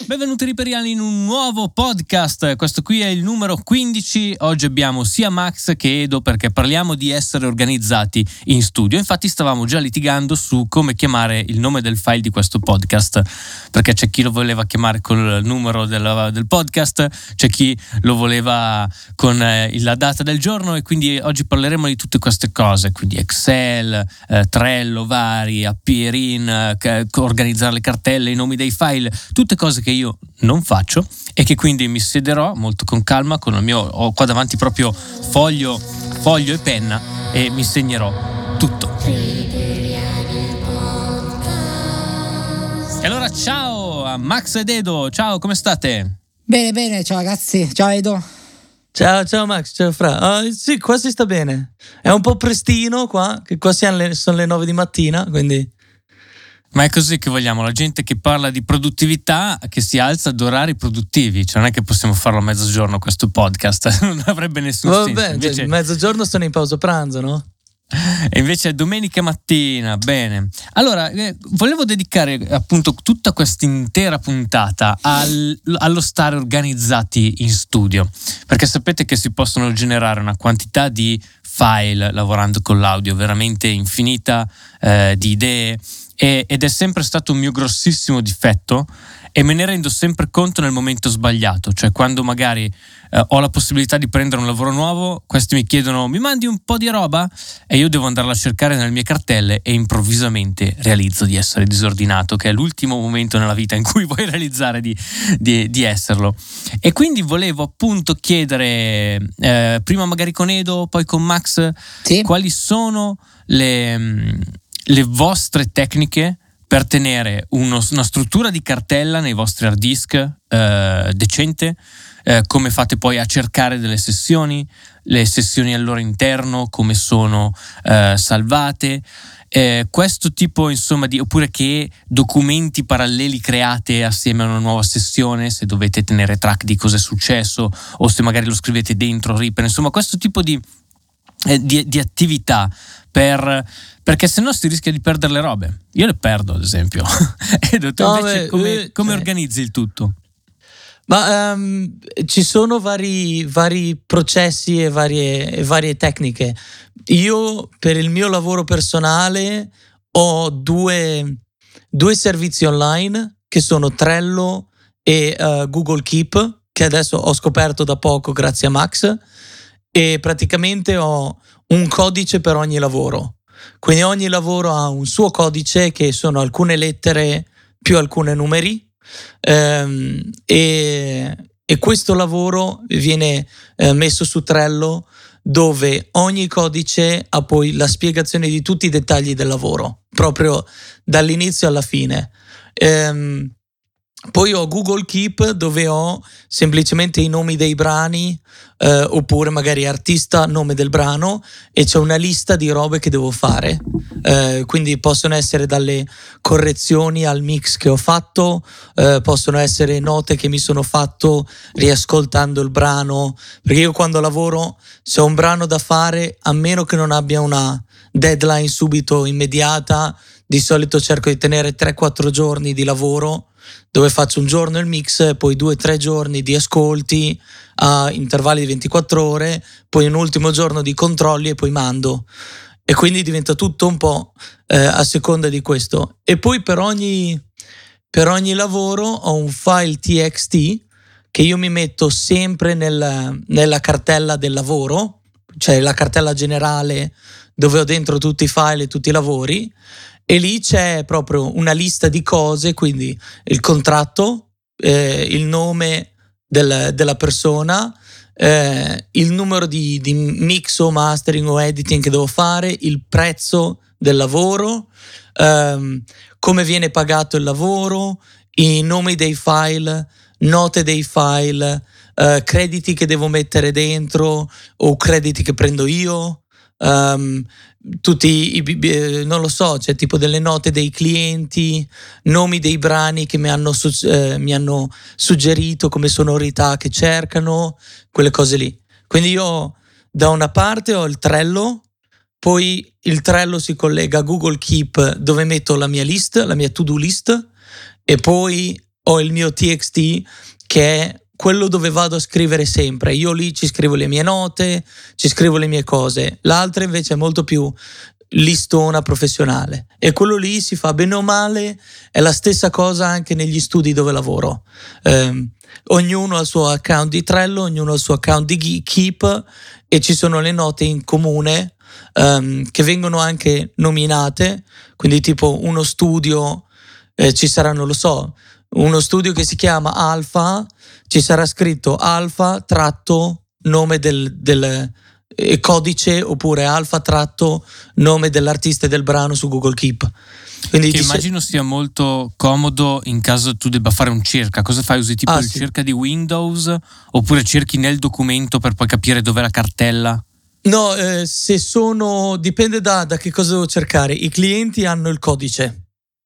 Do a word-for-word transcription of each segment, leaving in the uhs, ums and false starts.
Benvenuti riperiani in un nuovo podcast. Questo qui è il numero quindici. Oggi abbiamo sia Max che Edo perché parliamo di essere organizzati in studio. Infatti stavamo già litigando su come chiamare il nome del file di questo podcast, perché c'è chi lo voleva chiamare col numero del, del podcast, c'è chi lo voleva con eh, la data del giorno, e quindi oggi parleremo di tutte queste cose, quindi Excel, eh, Trello vari, Appirin, eh, organizzare le cartelle, i nomi dei file, tutte cose che io non faccio e che quindi mi siederò molto con calma con il mio, ho qua davanti proprio foglio, foglio e penna e mi segnerò tutto. E allora ciao a Max ed Edo, ciao, come state? Bene bene, ciao ragazzi, ciao Edo. Ciao ciao Max, ciao Fra. Uh, sì, qua si sta bene. È un po' prestino qua, che qua siamo le, sono le nove di mattina, quindi... Ma è così che vogliamo, la gente che parla di produttività, che si alza ad orari produttivi, cioè non è che possiamo farlo a mezzogiorno questo podcast, non avrebbe nessun Vabbè, senso. Cioè, Invece... mezzogiorno sono in pausa pranzo, no? E invece è domenica mattina, bene. Allora, eh, volevo dedicare appunto tutta quest'intera puntata al, allo stare organizzati in studio, perché sapete che si possono generare una quantità di file lavorando con l'audio veramente infinita, eh, di idee, e, ed è sempre stato un mio grossissimo difetto, e me ne rendo sempre conto nel momento sbagliato, cioè quando magari eh, ho la possibilità di prendere un lavoro nuovo, questi mi chiedono mi mandi un po' di roba e io devo andarla a cercare nelle mie cartelle e improvvisamente realizzo di essere disordinato, che è l'ultimo momento nella vita in cui vuoi realizzare di, di, di esserlo. E quindi volevo appunto chiedere eh, prima magari con Edo, poi con Max, Sì. quali sono le, le vostre tecniche per tenere uno, una struttura di cartella nei vostri hard disk eh, decente, eh, come fate poi a cercare delle sessioni, le sessioni al loro interno, come sono eh, salvate, eh, questo tipo insomma di, oppure che documenti paralleli create assieme a una nuova sessione, se dovete tenere track di cosa è successo o se magari lo scrivete dentro Reaper, insomma questo tipo di eh, di, di attività per, perché sennò si rischia di perdere le robe. Io le perdo, ad esempio. E tu No, invece beh, come, eh, come cioè... organizzi il tutto? Ma um, ci sono vari, vari processi e varie, e varie tecniche. Io per il mio lavoro personale ho due, due servizi online che sono Trello e uh, Google Keep, che adesso ho scoperto da poco grazie a Max, e praticamente ho un codice per ogni lavoro. Quindi ogni lavoro ha un suo codice che sono alcune lettere più alcuni numeri. Um, e, e questo lavoro viene eh, messo su Trello, dove ogni codice ha poi la spiegazione di tutti i dettagli del lavoro, proprio dall'inizio alla fine. Um, poi ho Google Keep, dove ho semplicemente i nomi dei brani, eh, oppure magari artista, nome del brano, e c'è una lista di robe che devo fare. Eh, quindi possono essere dalle correzioni al mix che ho fatto, eh, possono essere note che mi sono fatto riascoltando il brano, perché io quando lavoro, se ho un brano da fare, a meno che non abbia una deadline subito immediata, di solito cerco di tenere tre quattro giorni di lavoro, dove faccio un giorno il mix, poi due tre giorni di ascolti a intervalli di ventiquattro ore, poi un ultimo giorno di controlli e poi mando. E quindi diventa tutto un po' eh, a seconda di questo. E poi per ogni, per ogni lavoro ho un file T X T che io mi metto sempre nel, nella cartella del lavoro, cioè la cartella generale dove ho dentro tutti i file e tutti i lavori. E lì c'è proprio una lista di cose, quindi il contratto, eh, il nome del, della persona, eh, il numero di, di mix o mastering o editing che devo fare, il prezzo del lavoro, ehm, come viene pagato il lavoro, i nomi dei file, note dei file, eh, crediti che devo mettere dentro o crediti che prendo io. Um, tutti i, non lo so, c'è tipo delle note dei clienti, nomi dei brani che mi hanno, eh, mi hanno suggerito come sonorità che cercano, quelle cose lì. Quindi io da una parte ho il Trello, poi il Trello si collega a Google Keep dove metto la mia list, la mia to-do list, e poi ho il mio T X T, che è quello dove vado a scrivere sempre. Io lì ci scrivo le mie note, ci scrivo le mie cose. L'altra invece è molto più listona professionale, e quello lì si fa bene o male, è la stessa cosa anche negli studi dove lavoro. Eh, ognuno ha il suo account di Trello, ognuno ha il suo account di Keep, e ci sono le note in comune um, che vengono anche nominate. Quindi tipo uno studio, eh, ci saranno, lo so, uno studio che si chiama Alfa, ci sarà scritto Alfa tratto nome del, del eh, codice, oppure Alfa tratto nome dell'artista e del brano su Google Keep. Quindi che immagino sia molto comodo in caso tu debba fare un cerca. Cosa fai? Usi tipo ah, il sì. cerca di Windows, oppure cerchi nel documento per poi capire dov'è la cartella? No, eh, se sono, dipende da, da che cosa devo cercare. I clienti hanno il codice.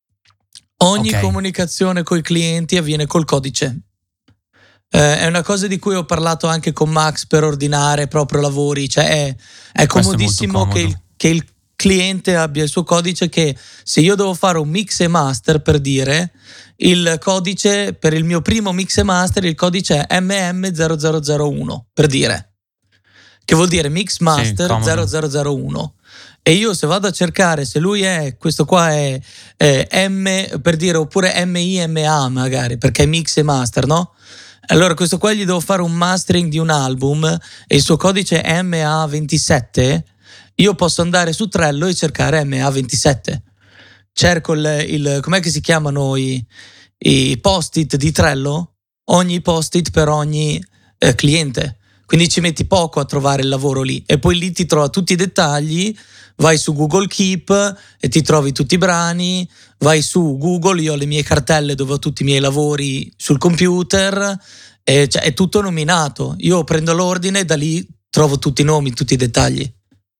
Ogni Okay. comunicazione con i clienti avviene col codice. Eh, è una cosa di cui ho parlato anche con Max per ordinare proprio lavori. Cioè è, è comodissimo è molto che il, che il cliente abbia il suo codice, che se io devo fare un mix e master, per dire, il codice per il mio primo mix e master, il codice è M M zero zero zero uno, per dire, che vuol dire mix master Sì, zero zero zero uno. E io se vado a cercare se lui è, questo qua è, è M, per dire, oppure M I M A magari, perché è mix e master, no? Allora questo qua gli devo fare un mastering di un album e il suo codice è M A ventisette, io posso andare su Trello e cercare M A ventisette. Cerco il, il com'è che si chiamano i, i post-it di Trello? Ogni post-it per ogni eh, cliente. Quindi ci metti poco a trovare il lavoro lì, e poi lì ti trova tutti i dettagli. Vai su Google Keep e ti trovi tutti i brani, vai su Google, io ho le mie cartelle dove ho tutti i miei lavori sul computer, e cioè è tutto nominato. Io prendo l'ordine e da lì trovo tutti i nomi, tutti i dettagli.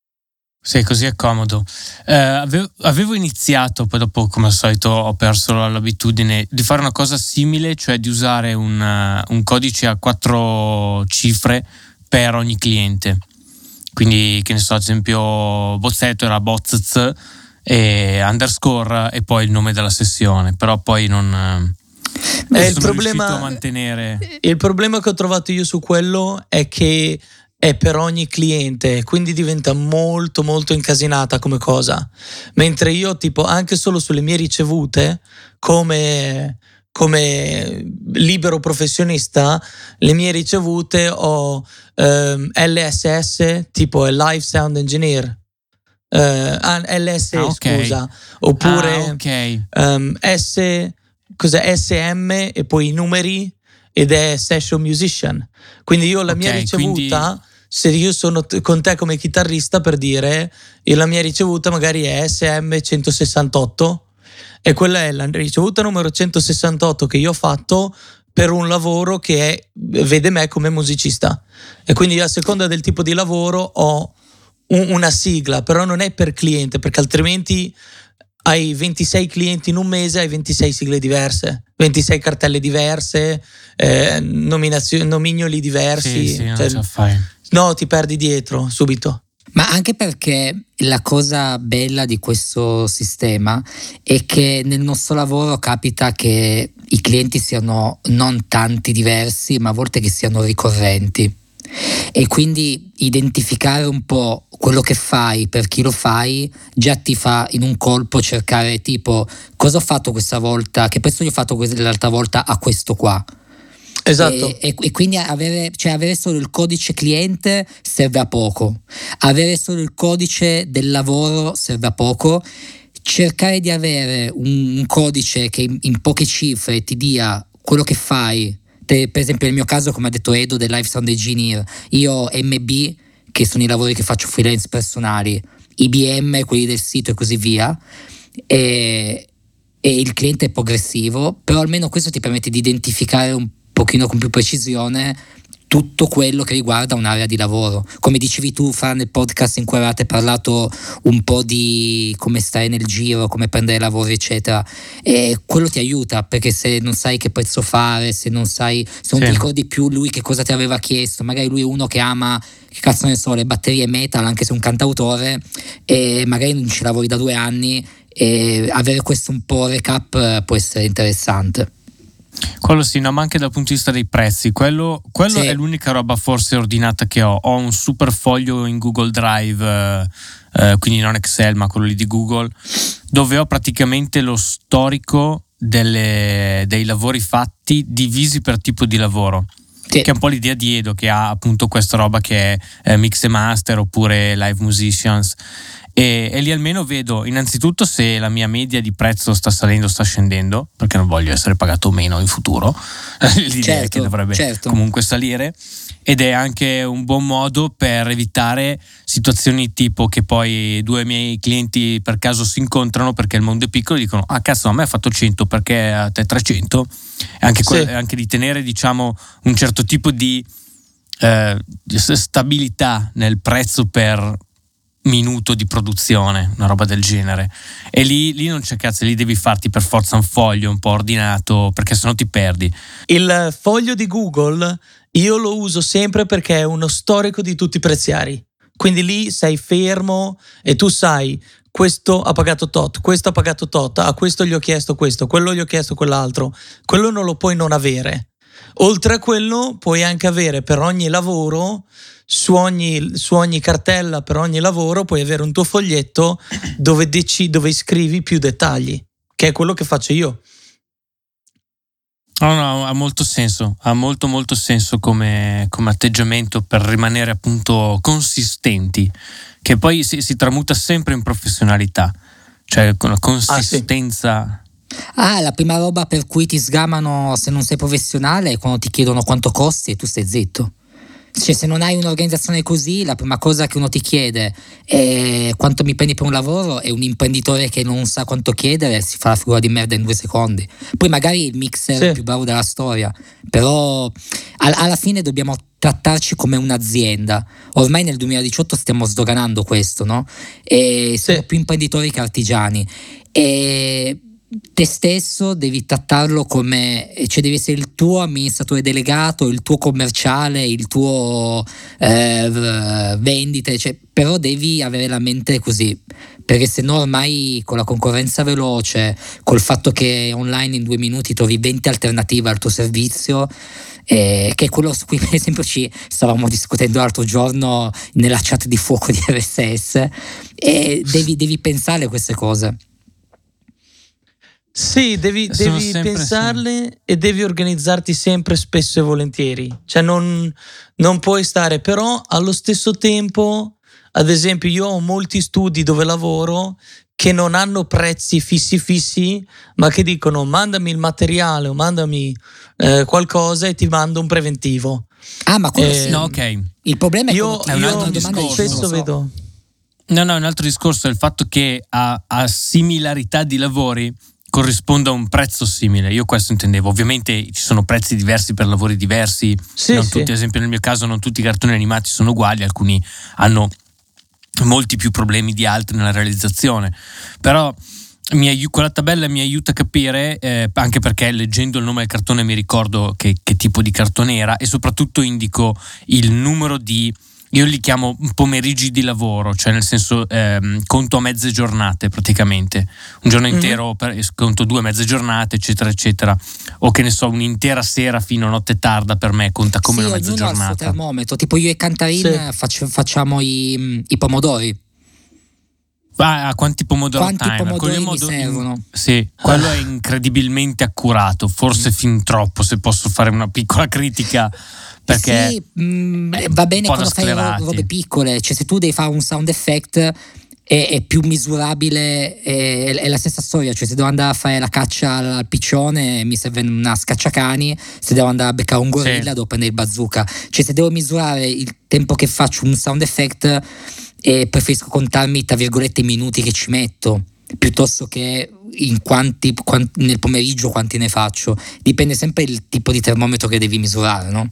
Sì, così è comodo. Eh, avevo, avevo iniziato, poi dopo come al solito ho perso l'abitudine di fare una cosa simile, cioè di usare un, uh, un codice a quattro cifre per ogni cliente. Quindi, che ne so, ad esempio Bozzetto era Bozz e underscore e poi il nome della sessione, però poi non, non eh, il sono problema, riuscito a mantenere. Il problema che ho trovato io su quello è che è per ogni cliente, quindi diventa molto molto incasinata come cosa. Mentre io tipo anche solo sulle mie ricevute, come come libero professionista, le mie ricevute ho ehm, L S S, tipo è Live Sound Engineer, eh, ah, L S E, ah, okay. scusa, oppure ah, okay. um, S, cos'è, S M e poi i numeri, ed è Session Musician. Quindi io la okay, mia ricevuta, quindi... se io sono t- con te come chitarrista, per dire, io la mia ricevuta magari è S M centosessantotto, e quella è la ricevuta numero centosessantotto che io ho fatto per un lavoro che è, vede me come musicista, e quindi a seconda del tipo di lavoro ho un, una sigla, però non è per cliente, perché altrimenti hai ventisei clienti in un mese, hai ventisei sigle diverse, ventisei cartelle diverse, eh, nominazio- nomignoli diversi. Sì, sì, non cioè, ce la fai. No, ti perdi dietro subito. Ma anche perché la cosa bella di questo sistema è che nel nostro lavoro capita che i clienti siano non tanti diversi, ma a volte che siano ricorrenti, e quindi identificare un po' quello che fai per chi lo fai già ti fa in un colpo cercare tipo cosa ho fatto questa volta, che pezzo gli ho fatto l'altra volta a questo qua. Esatto. E, e, e quindi avere, cioè avere solo il codice cliente serve a poco, avere solo il codice del lavoro serve a poco. Cercare di avere un, un codice che in, in poche cifre ti dia quello che fai. Te, per esempio nel mio caso, come ha detto Edo del Live Sound Engineer, io ho M B, che sono i lavori che faccio freelance personali, I B M, quelli del sito e così via, e, e il cliente è progressivo, però almeno questo ti permette di identificare un pochino con più precisione tutto quello che riguarda un'area di lavoro. Come dicevi tu, Fra, nel podcast in cui avevate parlato un po' di come stare nel giro, come prendere lavoro, eccetera, e quello ti aiuta, perché se non sai che prezzo fare, se non sai, se non sì. ti ricordi più lui che cosa ti aveva chiesto, magari lui è uno che ama, che cazzo ne so, le batterie metal, anche se è un cantautore, e magari non ci lavori da due anni, e avere questo un po' recap può essere interessante. Quello sì, no, ma anche dal punto di vista dei prezzi, quello, quello Sì. è l'unica roba forse ordinata che ho. Ho un super foglio in Google Drive, eh, eh, quindi non Excel, ma quello lì di Google, dove ho praticamente lo storico delle- dei lavori fatti divisi per tipo di lavoro. Sì. Che è un po' l'idea di Edo, che ha appunto questa roba che è eh, mix e master oppure live musicians. E, e lì almeno vedo innanzitutto se la mia media di prezzo sta salendo o sta scendendo, perché non voglio essere pagato meno in futuro. L'idea Certo, è che dovrebbe certo. comunque salire, ed è anche un buon modo per evitare situazioni tipo che poi due miei clienti per caso si incontrano perché il mondo è piccolo e dicono: ah cazzo, a me ha fatto cento, perché a te trecento. E anche, Sì. que- anche di tenere, diciamo, un certo tipo di eh, stabilità nel prezzo per minuto di produzione, una roba del genere. E lì, lì non c'è cazzo, lì devi farti per forza un foglio un po' ordinato, perché sennò ti perdi. Il foglio di Google io lo uso sempre perché è uno storico di tutti i preziari. Quindi lì sei fermo e tu sai: questo ha pagato tot, questo ha pagato tot, a questo gli ho chiesto questo, quello gli ho chiesto quell'altro. Quello non lo puoi non avere. Oltre a quello puoi anche avere per ogni lavoro, su ogni, su ogni cartella, per ogni lavoro puoi avere un tuo foglietto dove, deci, dove scrivi più dettagli, che è quello che faccio io. No, no, ha molto senso, ha molto molto senso come, come atteggiamento per rimanere appunto consistenti, che poi si, si tramuta sempre in professionalità, cioè con la consistenza. Ah, la prima roba per cui ti sgamano se non sei professionale è quando ti chiedono quanto costi e tu stai zitto. Cioè, se non hai un'organizzazione così, la prima cosa che uno ti chiede è quanto mi prendi per un lavoro, e un imprenditore che non sa quanto chiedere si fa la figura di merda in due secondi. Poi magari il mixer Sì. più bravo della storia, però al- alla fine dobbiamo trattarci come un'azienda. Ormai nel duemiladiciotto stiamo sdoganando questo, no? E siamo Sì. più imprenditori che artigiani. E te stesso devi trattarlo come, cioè devi essere il tuo amministratore delegato, il tuo commerciale, il tuo eh, vendite, cioè, però devi avere la mente così, perché se no ormai con la concorrenza veloce, col fatto che online in due minuti trovi venti alternative al tuo servizio, eh, che è quello su cui per esempio ci stavamo discutendo l'altro giorno nella chat di fuoco di R S S, e devi, devi pensare a queste cose. Sì, devi, Sono devi sempre, pensarle e devi organizzarti sempre, spesso e volentieri. Cioè non, non puoi stare, però allo stesso tempo, ad esempio, io ho molti studi dove lavoro che non hanno prezzi fissi fissi, ma che dicono: mandami il materiale o mandami eh, qualcosa e ti mando un preventivo. Ah, ma quello Eh, sì. No, ok. Il problema è Io, quando ti è un io altro fanno una domanda e dici, discorso. non spesso lo so. vedo. No, no, un altro discorso è il fatto che a, a similarità di lavori corrisponda un prezzo simile. Io questo intendevo. Ovviamente ci sono prezzi diversi per lavori diversi. Sì, non sì. tutti, ad esempio nel mio caso non tutti i cartoni animati sono uguali, alcuni hanno molti più problemi di altri nella realizzazione. Però mi aiu- quella tabella mi aiuta a capire, eh, anche perché leggendo il nome del cartone mi ricordo che, che tipo di cartone era, e soprattutto indico il numero di, io li chiamo pomeriggi di lavoro, cioè nel senso ehm, conto a mezze giornate praticamente, un giorno intero per, conto due mezze giornate eccetera eccetera, o che ne so, un'intera sera fino a notte tarda per me conta come Sì, una mezza ognuno ha il suo giornata. termometro. Tipo io e Cantarin Sì. faccio- facciamo i, i pomodori. Ah, quanti pomodoro Quanti timer? pomodori Quello è mi modo- servono? Sì, quello è incredibilmente accurato, forse fin troppo, se posso fare una piccola critica, perché Sì, mm, è va un bene po' da quando fai ro- sclerati. robe piccole, cioè se tu devi fare un sound effect è, è più misurabile, è, è la stessa storia, cioè se devo andare a fare la caccia al piccione mi serve una scacciacani, se devo andare a beccare un gorilla Sì. devo prendere il bazooka, cioè se devo misurare il tempo che faccio un sound effect, eh, preferisco contarmi tra virgolette i minuti che ci metto piuttosto che in quanti, quanti nel pomeriggio quanti ne faccio, dipende sempre il tipo di termometro che devi misurare, no?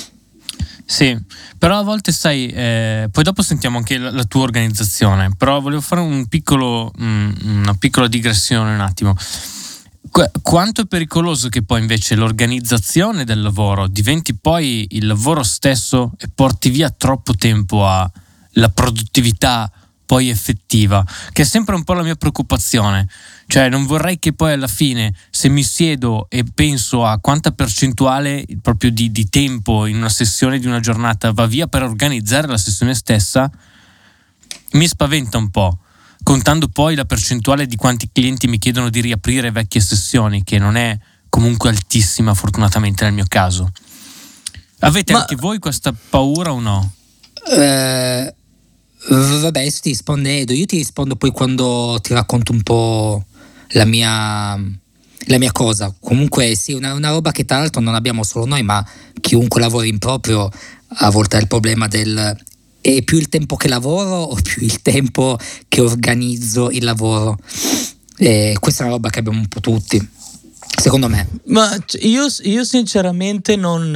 Sì, però a volte sai, eh, poi dopo sentiamo anche la, la tua organizzazione, però volevo fare un piccolo, mm, una piccola digressione un attimo. Qu- quanto è pericoloso che poi invece l'organizzazione del lavoro diventi poi il lavoro stesso e porti via troppo tempo alla produttività poi effettiva, che è sempre un po' la mia preoccupazione. Cioè non vorrei che poi alla fine, se mi siedo e penso a quanta percentuale proprio di, di tempo in una sessione di una giornata va via per organizzare la sessione stessa, mi spaventa un po', contando poi la percentuale di quanti clienti mi chiedono di riaprire vecchie sessioni, che non è comunque altissima fortunatamente nel mio caso. Avete Ma... anche voi questa paura o no? Eh, vabbè, ti risponde Edo, io ti rispondo poi quando ti racconto un po' la mia, la mia cosa. Comunque sì, una, una roba che tra l'altro non abbiamo solo noi, ma chiunque lavori in proprio a volte ha il problema del è più il tempo che lavoro o più il tempo che organizzo il lavoro. E questa è una roba che abbiamo un po' tutti, secondo me. Ma io, io sinceramente non,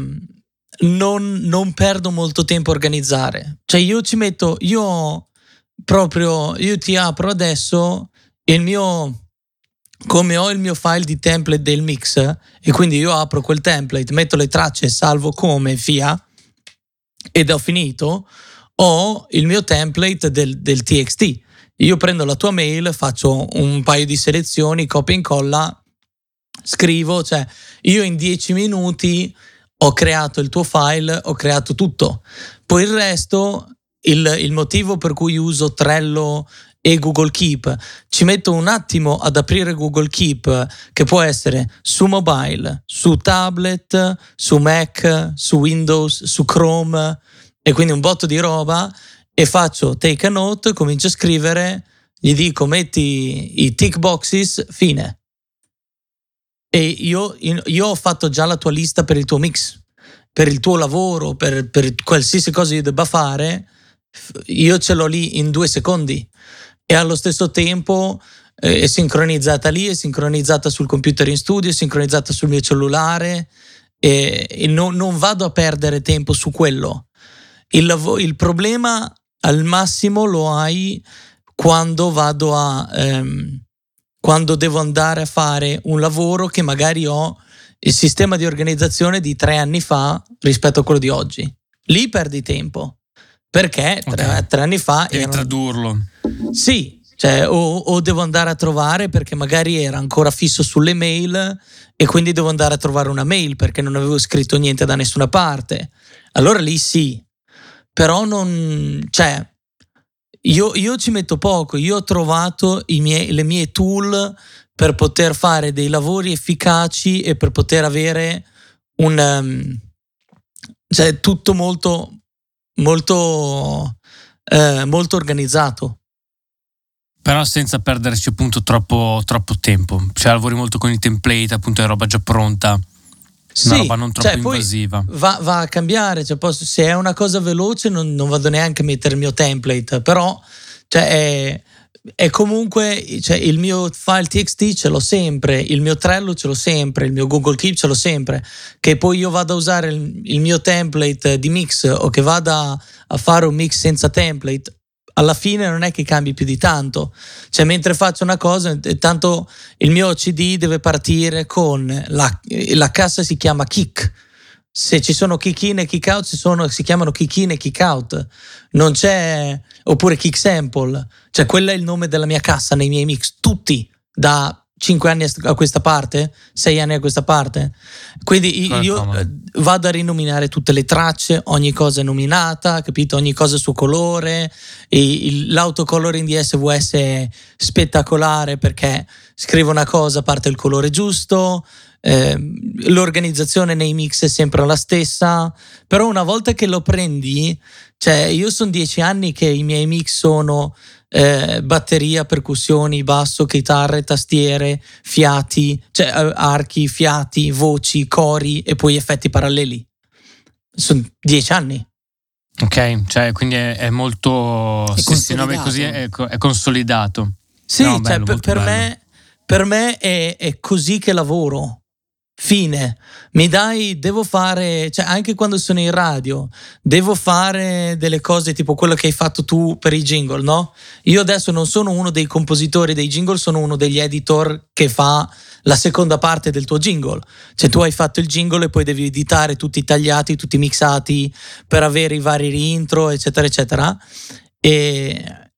non, non perdo molto tempo a organizzare. Cioè io ci metto, io proprio, io ti apro adesso il mio, come ho il mio file di template del mix, e quindi io apro quel template, metto le tracce, salvo come, via, ed ho finito. Ho il mio template del, del T X T. Io prendo la tua mail, faccio un paio di selezioni, copia e incolla, scrivo, cioè io in dieci minuti ho creato il tuo file, ho creato tutto. Poi il resto, il, il motivo per cui uso Trello e Google Keep, ci metto un attimo ad aprire Google Keep, che può essere su mobile, su tablet, su Mac, su Windows, su Chrome, e quindi un botto di roba, e faccio take a note, comincio a scrivere, gli dico metti i tick boxes, fine. E io, io ho fatto già la tua lista per il tuo mix, per il tuo lavoro, per, per qualsiasi cosa io debba fare, io ce l'ho lì in due secondi. E allo stesso tempo eh, è sincronizzata lì, è sincronizzata sul computer in studio, è sincronizzata sul mio cellulare, e, e non, non vado a perdere tempo su quello. Il, lav- il problema al massimo lo hai quando vado a ehm, quando devo andare a fare un lavoro che magari ho il sistema di organizzazione di tre anni fa rispetto a quello di oggi. Lì perdi tempo, perché tre, okay. tre anni fa devi erano... tradurlo. Sì, cioè, o, o devo andare a trovare, perché magari era ancora fisso sulle mail, e quindi devo andare a trovare una mail perché non avevo scritto niente da nessuna parte. Allora lì sì. Però non, cioè, io, io ci metto poco. Io ho trovato i miei, le mie tool per poter fare dei lavori efficaci e per poter avere un, um, cioè, tutto molto, molto, eh, molto organizzato. Però senza perderci appunto troppo, troppo tempo. Cioè lavori molto con i template, appunto è roba già pronta. Sì, una roba non troppo cioè, invasiva. Va, va a cambiare, cioè, posso, se è una cosa veloce non, non vado neanche a mettere il mio template, però cioè, è, è comunque, cioè, il mio file T X T ce l'ho sempre, il mio Trello ce l'ho sempre, il mio Google Keep ce l'ho sempre. Che poi io vada a usare il, il mio template di mix o che vada a fare un mix senza template, alla fine non è che cambi più di tanto. Cioè, mentre faccio una cosa, tanto il mio C D deve partire con la, la cassa, si chiama kick. Se ci sono kick in e kick out, si, sono, si chiamano kick in e kick out. Non c'è, oppure kick sample. Cioè, quello è il nome della mia cassa nei miei mix, tutti, da cinque anni a questa parte, sei anni a questa parte. Quindi io, io vado a rinominare tutte le tracce, ogni cosa è nominata, capito? Ogni cosa è suo colore. E il, l'autocoloring di S V S è spettacolare perché scrivo una cosa, parte il colore giusto. Eh, l'organizzazione nei mix è sempre la stessa, però una volta che lo prendi, cioè io sono dieci anni che i miei mix sono eh, batteria, percussioni, basso, chitarre, tastiere, fiati, cioè archi, fiati, voci, cori e poi effetti paralleli. Sono dieci anni. Ok, cioè quindi è, è molto è sì, sì, no, così è, è consolidato. Sì, no, cioè, bello, per, per me per me è, è così che lavoro. Fine. Mi dai, devo fare, cioè anche quando sono in radio, devo fare delle cose tipo quello che hai fatto tu per i jingle, no? Io adesso non sono uno dei compositori dei jingle, sono uno degli editor che fa la seconda parte del tuo jingle. Cioè tu hai fatto il jingle e poi devi editare tutti tagliati, tutti mixati per avere i vari reintro, eccetera, eccetera. E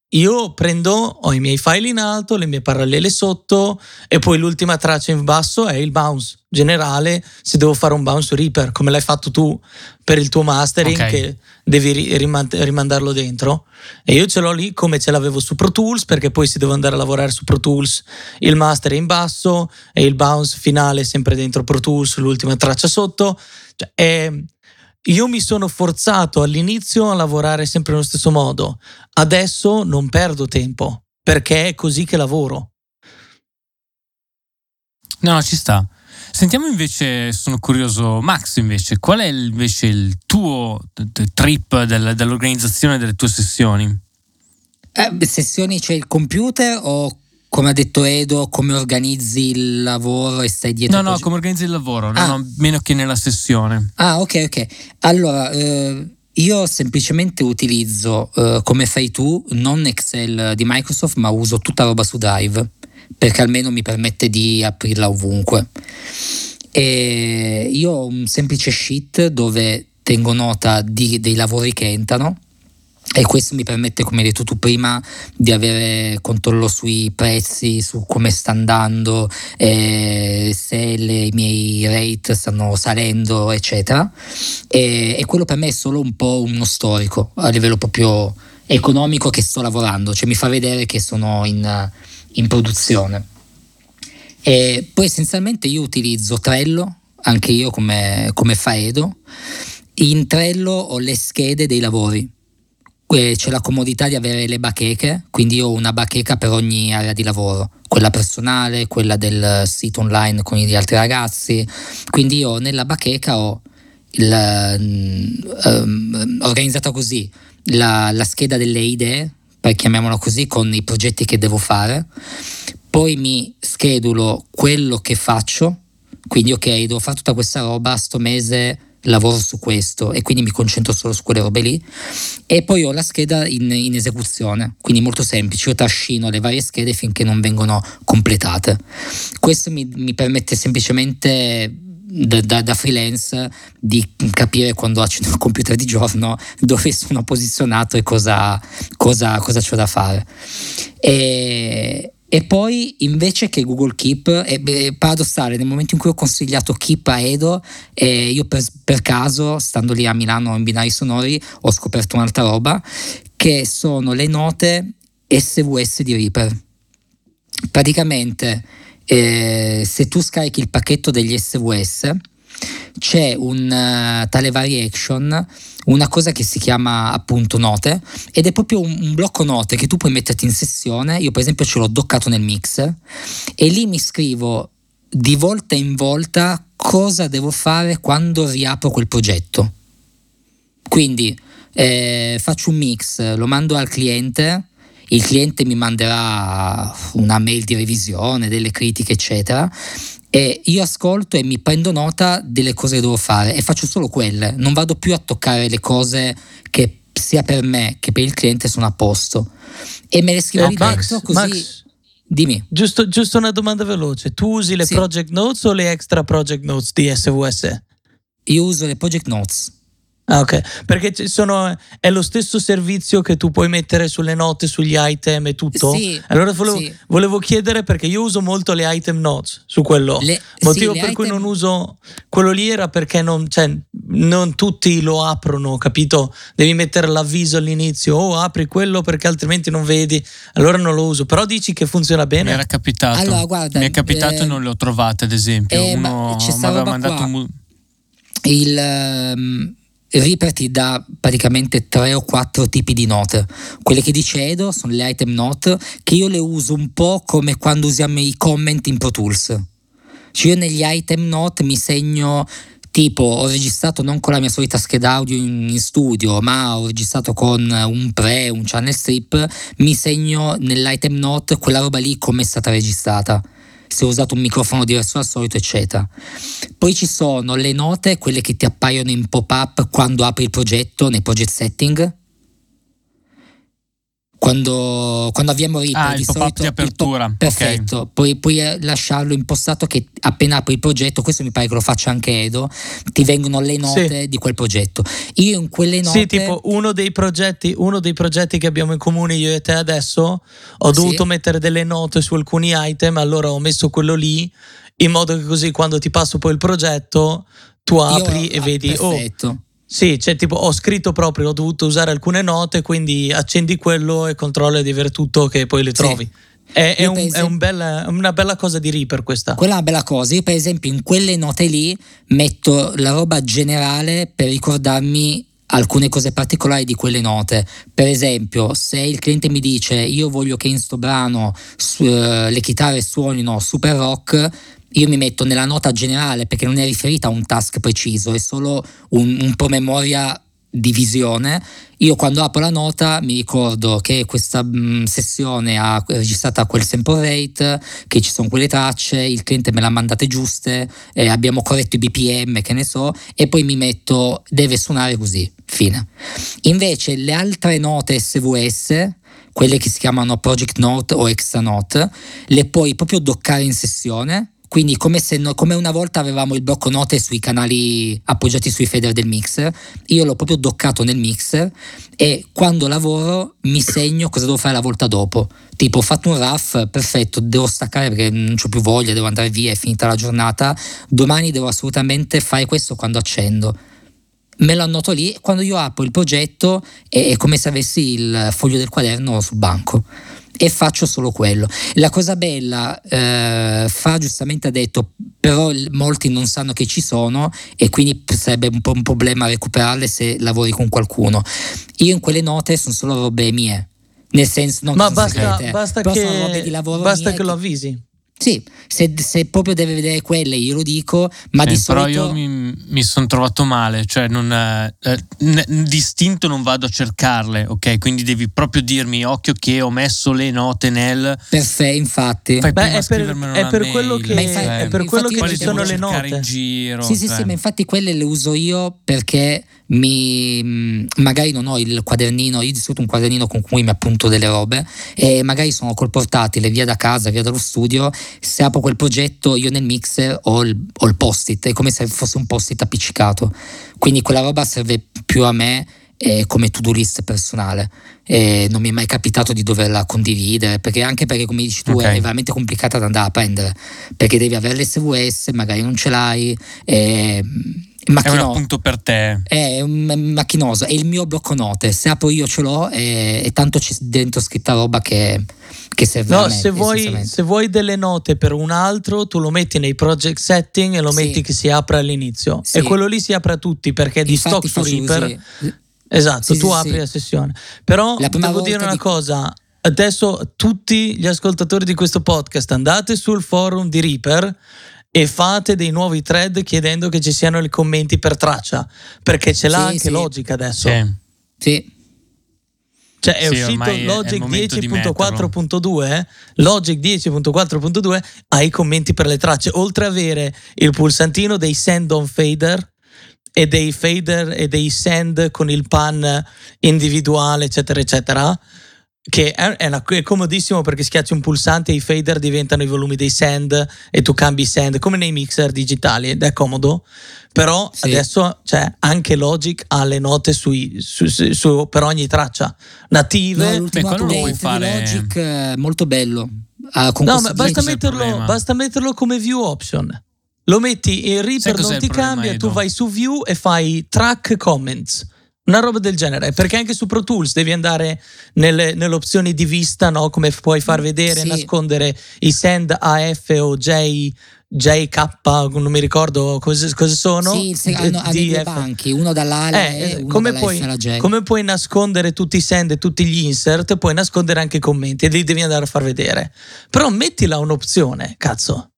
io prendo, ho i miei file in alto, le mie parallele sotto e poi l'ultima traccia in basso è il bounce generale se devo fare un bounce Reaper, come l'hai fatto tu per il tuo mastering, okay, che devi ri- rimand- rimandarlo dentro, e io ce l'ho lì come ce l'avevo su Pro Tools, perché poi si deve andare a lavorare su Pro Tools, il master è in basso e il bounce finale sempre dentro Pro Tools, l'ultima traccia sotto, cioè, è... Io mi sono forzato all'inizio a lavorare sempre nello stesso modo. Adesso non perdo tempo, perché è così che lavoro. No, no, ci sta. Sentiamo invece, sono curioso, Max invece, qual è il- invece il tuo t- trip del- dell'organizzazione delle tue sessioni? Eh, sessioni c'è il computer o, come ha detto Edo, come organizzi il lavoro e stai dietro? No, il no, progetto? come organizzi il lavoro, no, Ah. no, meno che nella sessione. Ah, ok, ok. Allora, eh, io semplicemente utilizzo, eh, come fai tu, non Excel di Microsoft, ma uso tutta roba su Drive, perché almeno mi permette di aprirla ovunque. E io ho un semplice sheet dove tengo nota di- dei lavori che entrano, e questo mi permette, come hai detto tu prima, di avere controllo sui prezzi, su come sta andando, eh, se le, i miei rate stanno salendo, eccetera. E, e quello per me è solo un po' uno storico a livello proprio economico che sto lavorando, cioè mi fa vedere che sono in, in produzione. E poi essenzialmente io utilizzo Trello, anche io come, come fa Edo. In Trello ho le schede dei lavori. Eh, c'è la comodità di avere le bacheche, quindi io ho una bacheca per ogni area di lavoro, quella personale, quella del sito online con gli altri ragazzi, quindi io nella bacheca ho il, um, organizzata così la, la scheda delle idee, per chiamiamola così, con i progetti che devo fare, poi mi schedulo quello che faccio, quindi ok, devo fare tutta questa roba, sto mese lavoro su questo e quindi mi concentro solo su quelle robe lì, e poi ho la scheda in, in esecuzione, quindi molto semplice, io trascino le varie schede finché non vengono completate. Questo mi, mi permette semplicemente da, da, da freelance di capire, quando accendo il computer di giorno, dove sono posizionato e cosa, cosa, cosa c'ho da fare. E E poi invece che Google Keep, è paradossale, nel momento in cui ho consigliato Keep a Edo, eh, io per, per caso, stando lì a Milano in binari sonori, ho scoperto un'altra roba, che sono le note S V S di Reaper. Praticamente, eh, se tu scarichi il pacchetto degli S V S, c'è un uh, tale variation, una cosa che si chiama appunto note, ed è proprio un, un blocco note che tu puoi metterti in sessione. Io per esempio ce l'ho doccato nel Mixer e lì mi scrivo di volta in volta cosa devo fare quando riapro quel progetto. Quindi eh, faccio un mix, lo mando al cliente, il cliente mi manderà una mail di revisione, delle critiche eccetera, e io ascolto e mi prendo nota delle cose che devo fare e faccio solo quelle, non vado più a toccare le cose che sia per me che per il cliente sono a posto, e me le scrivo Eh, lì Max, dentro così. Max, Dimmi. giusto, giusto una domanda veloce. Tu usi le Sì. project notes o le extra project notes di S V S? Io uso le project notes. Ah, ok, perché ci sono, è lo stesso servizio che tu puoi mettere sulle note, sugli item e tutto? Sì, Allora volevo, sì. volevo chiedere, perché io uso molto le item notes su quello. Le- Motivo sì, le per cui item- non uso quello lì era perché non, cioè, non tutti lo aprono, capito? Devi mettere l'avviso all'inizio, oh apri quello perché altrimenti non vedi, allora non lo uso. Però dici che funziona Mi bene? era capitato. Allora, guarda, Mi è capitato eh, e non le ho trovate, ad esempio. eh, ma Uno c'è mi sta aveva roba mandato qua. un. mu- Il um, Reaper ti dà praticamente tre o quattro tipi di note. Quelle che dice Edo sono le item note, che io le uso un po' come quando usiamo i comment in Pro Tools. Cioè io negli item note mi segno, tipo, ho registrato non con la mia solita scheda audio in, in studio, ma ho registrato con un pre, un channel strip, mi segno nell'item note quella roba lì come è stata registrata, se ho usato un microfono diverso dal solito, eccetera. Poi ci sono le note, quelle che ti appaiono in pop-up quando apri il progetto nei project setting. Quando, quando avviamo Reaper ah, di il pop-up solito di apertura, il po- perfetto, okay. puoi, puoi lasciarlo impostato che appena apri il progetto, questo mi pare che lo faccia anche Edo, ti vengono le note sì. di quel progetto. Io in quelle note sì, tipo uno dei progetti uno dei progetti che abbiamo in comune io e te adesso, ho dovuto sì. mettere delle note su alcuni item, allora ho messo quello lì in modo che così quando ti passo poi il progetto tu apri io, e vedi perfetto. oh sì, cioè tipo ho scritto proprio, ho dovuto usare alcune note, quindi accendi quello e controlla di avere tutto che poi le trovi. Sì. È, è, un, esempio, è un bella, una bella cosa di Reaper questa. Quella è una bella cosa. Io per esempio in quelle note lì metto la roba generale per ricordarmi alcune cose particolari di quelle note. Per esempio, se il cliente mi dice io voglio che in sto brano su, uh, le chitarre suonino super rock, io mi metto nella nota generale perché non è riferita a un task preciso, è solo un, un promemoria di visione. Io quando apro la nota mi ricordo che questa mh, sessione ha registrata quel sample rate, che ci sono quelle tracce, il cliente me l'ha mandate giuste, eh, abbiamo corretto i B P M, che ne so, e poi mi metto deve suonare così, fine. Invece le altre note S V S, quelle che si chiamano project note o extra note, le puoi proprio doccare in sessione. Quindi come se no, come una volta avevamo il blocco note sui canali appoggiati sui fader del mixer, io l'ho proprio doccato nel mixer e quando lavoro mi segno cosa devo fare la volta dopo. Tipo ho fatto un rough, perfetto, devo staccare perché non c'ho più voglia, devo andare via, è finita la giornata, domani devo assolutamente fare questo quando accendo. Me lo annoto lì, quando io apro il progetto è, è come se avessi il foglio del quaderno sul banco. E faccio solo quello. La cosa bella, eh, Fa giustamente ha detto, però molti non sanno che ci sono e quindi sarebbe un po' un problema recuperarle se lavori con qualcuno. Io in quelle note sono solo robe mie, nel senso non ma che basta, segrete, basta però che, sono robe di lavoro basta mie che lo avvisi. Sì, se, se proprio deve vedere quelle io lo dico, ma sì, di solito... Però io mi, mi sono trovato male, cioè non, eh, n- distinto non vado a cercarle, ok? Quindi devi proprio dirmi, occhio che ho messo le note nel... Perfetto, infatti. Fai Beh, prima è per, è per mail, quello che, infatti, è per quello che ci sono le note. In giro, sì, sì, cioè. sì, ma infatti quelle le uso io perché mi magari non ho il quadernino, io di solito un quadernino con cui mi appunto delle robe e magari sono col portatile via da casa, via dallo studio, se apro quel progetto io nel mixer ho il, ho il post-it, è come se fosse un post-it appiccicato, quindi quella roba serve più a me eh, come to-do list personale. Eh, non mi è mai capitato di doverla condividere perché anche perché come dici tu okay. è, è veramente complicata da andare a prendere perché devi avere l'S V S, magari non ce l'hai, eh, è un appunto per te, è un macchinoso, è il mio blocco note, se apro io ce l'ho e, e tanto c'è dentro scritta roba che, che serve no, a me, se vuoi, se vuoi delle note per un altro tu lo metti nei project setting e lo sì. metti che si apra all'inizio sì. e quello lì si apre a tutti perché è di infatti stock su Reaper così. Esatto, sì, tu sì, apri sì. la sessione. Però devo dire una di... cosa, adesso tutti gli ascoltatori di questo podcast andate sul forum di Reaper e fate dei nuovi thread chiedendo che ci siano i commenti per traccia, perché ce l'ha sì, anche sì. Logic adesso. Sì. sì. Cioè è sì, uscito Logic dieci punto quattro punto due, Logic dieci punto quattro punto due ha i commenti per le tracce, oltre ad avere il pulsantino dei send on fader e dei fader e dei send con il pan individuale eccetera eccetera, che è, è, una, è comodissimo perché schiacci un pulsante e i fader diventano i volumi dei send e tu cambi send come nei mixer digitali ed è comodo. Però sì. adesso cioè, anche Logic ha le note sui, su, su, su, per ogni traccia native. No, l'ultimo update fare... di Logic è molto bello. Ah, con no, ma basta metterlo, basta metterlo come view option. Lo metti in Reaper, non ti cambia, tu vai su view e fai track comments, una roba del genere, perché anche su Pro Tools devi andare nelle, nelle opzioni di vista, no? Come puoi far vedere, sì. nascondere i send A F o J, J K, non mi ricordo cosa, cosa sono. Sì, sì hanno, hanno due banchi, uno dall'A eh, e uno come dalla puoi, F alla J. Come puoi nascondere tutti i send e tutti gli insert, puoi nascondere anche i commenti e li devi andare a far vedere. Però mettila un'opzione, cazzo.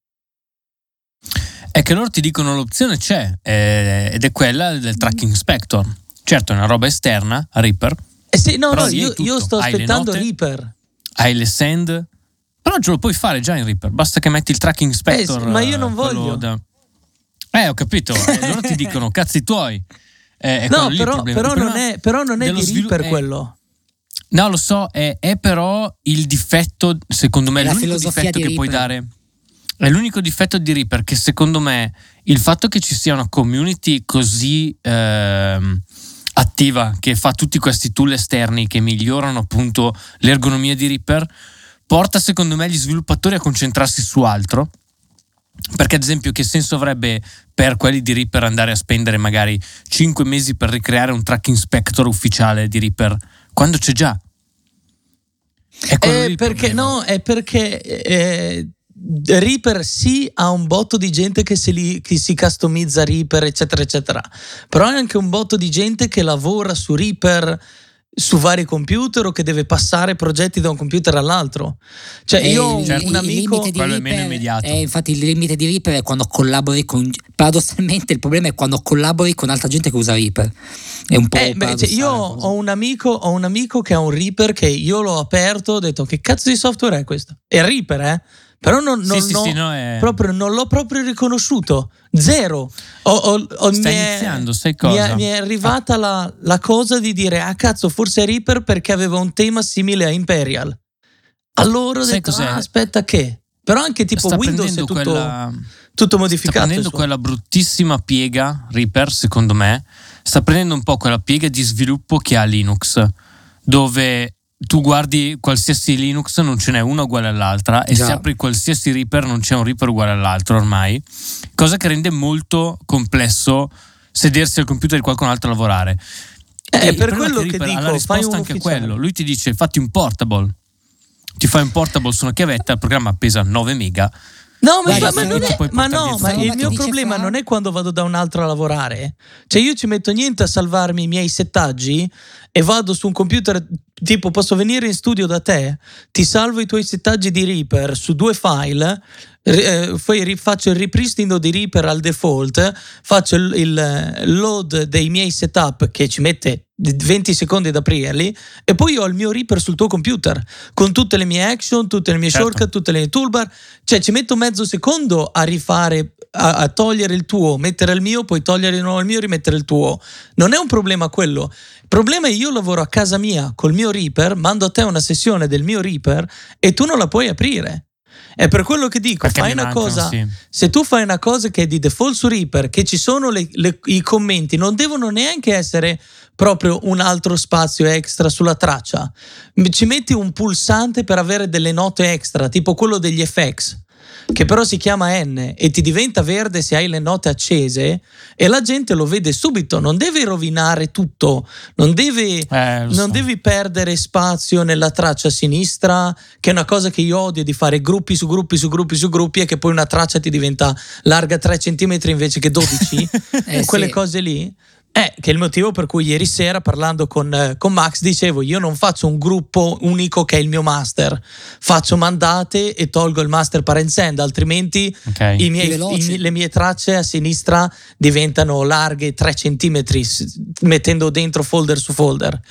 È che loro ti dicono l'opzione c'è eh, ed è quella del track inspector. Certo è una roba esterna a Reaper eh sì, no no io, io sto hai aspettando note, Reaper hai le send però ce lo puoi fare già in Reaper, basta che metti il track inspector eh sì, ma io non voglio da... eh ho capito eh, loro ti dicono cazzi tuoi eh, è no lì però, il però, non è, però non è di Reaper svilu- quello No, lo so, è, è però il difetto, secondo me, È la l'unico filosofia difetto di che puoi Reaper. dare. È l'unico difetto di Reaper, che secondo me il fatto che ci sia una community così ehm, attiva, che fa tutti questi tool esterni che migliorano appunto l'ergonomia di Reaper, porta secondo me gli sviluppatori a concentrarsi su altro. Perché ad esempio che senso avrebbe per quelli di Reaper andare a spendere magari cinque mesi per ricreare un track inspector ufficiale di Reaper quando c'è già? È quello Eh, il perché problema. no, è perché eh, Reaper sì ha un botto di gente che, se li, che si customizza Reaper eccetera eccetera, però è anche un botto di gente che lavora su Reaper su vari computer o che deve passare progetti da un computer all'altro. Cioè E io ho il- un, certo. un il amico limite di quello è meno Reaper immediato. è, infatti il limite di Reaper è quando collabori con, paradossalmente il problema è quando collabori con altra gente che usa Reaper, è un po' Eh, beh, cioè, io paradossale la cosa. ho un amico ho un amico che ha un Reaper che io l'ho aperto, ho detto che cazzo di software è questo? È Reaper, eh? Però non, non, Sì, sì, non- sì, no, è- proprio, non l'ho proprio riconosciuto. Zero. Ho, ho- ho- Sta mi è- iniziando, sai mi è, cosa? mi è arrivata la, la cosa di dire ah cazzo forse è Reaper perché aveva un tema simile a Imperial. Allora ho Sai detto cos'è? ah, aspetta che però anche tipo sta Windows è prendendo tutto, quella tutto sta modificato. prendendo insomma. quella bruttissima piega Reaper, secondo me sta prendendo un po' quella piega di sviluppo che ha Linux, dove tu guardi qualsiasi Linux non ce n'è una uguale all'altra, e Già. se apri qualsiasi Reaper non c'è un Reaper uguale all'altro ormai, cosa che rende molto complesso sedersi al computer di qualcun altro a lavorare. Eh, E il per problema è quello che Reaper ha dico, la fai risposta un anche a ufficiale. quello. Lui ti dice fatti un portable, ti fai un portable su una chiavetta, il programma pesa nove mega. No, ma, Guarda, ma se non non è, puoi ma portare no, dietro. ma Solo il che mio dice problema Fra- non è quando vado da un altro a lavorare. Cioè io ci metto niente a salvarmi i miei settaggi e vado su un computer, tipo posso venire in studio da te, ti salvo i tuoi settaggi di Reaper su due file, eh, poi ri- faccio il ripristino di Reaper al default, faccio il, il load dei miei setup che ci mette venti secondi ad aprirli e poi ho il mio Reaper sul tuo computer con tutte le mie action, tutte le mie Certo. shortcut, tutte le mie toolbar, cioè ci metto mezzo secondo a rifare, a, a togliere il tuo, mettere il mio, poi togliere di nuovo il mio, rimettere il tuo. Non è un problema quello. Il problema è io lavoro a casa mia col mio Reaper, mando a te una sessione del mio Reaper e tu non la puoi aprire. È per quello che dico, Perché fai mi una mancano, cosa, sì. se tu fai una cosa che è di default su Reaper, che ci sono le- le- i commenti, non devono neanche essere proprio un altro spazio extra sulla traccia. Ci metti un pulsante per avere delle note extra, tipo quello degli F X, che però si chiama N e ti diventa verde se hai le note accese e la gente lo vede subito, non devi rovinare tutto, non devi, Eh, lo non so. devi perdere spazio nella traccia sinistra, che è una cosa che io odio, di fare gruppi su gruppi su gruppi su gruppi e che poi una traccia ti diventa larga tre centimetri invece che dodici. Eh, Quelle sì. cose lì. Eh, che è il motivo per cui ieri sera parlando con, eh, con Max dicevo io non faccio un gruppo unico che è il mio master, faccio mandate e tolgo il master parent send, altrimenti Ok. i miei- Più veloci. i- le mie tracce a sinistra diventano larghe tre centimetri s- mettendo dentro folder su folder.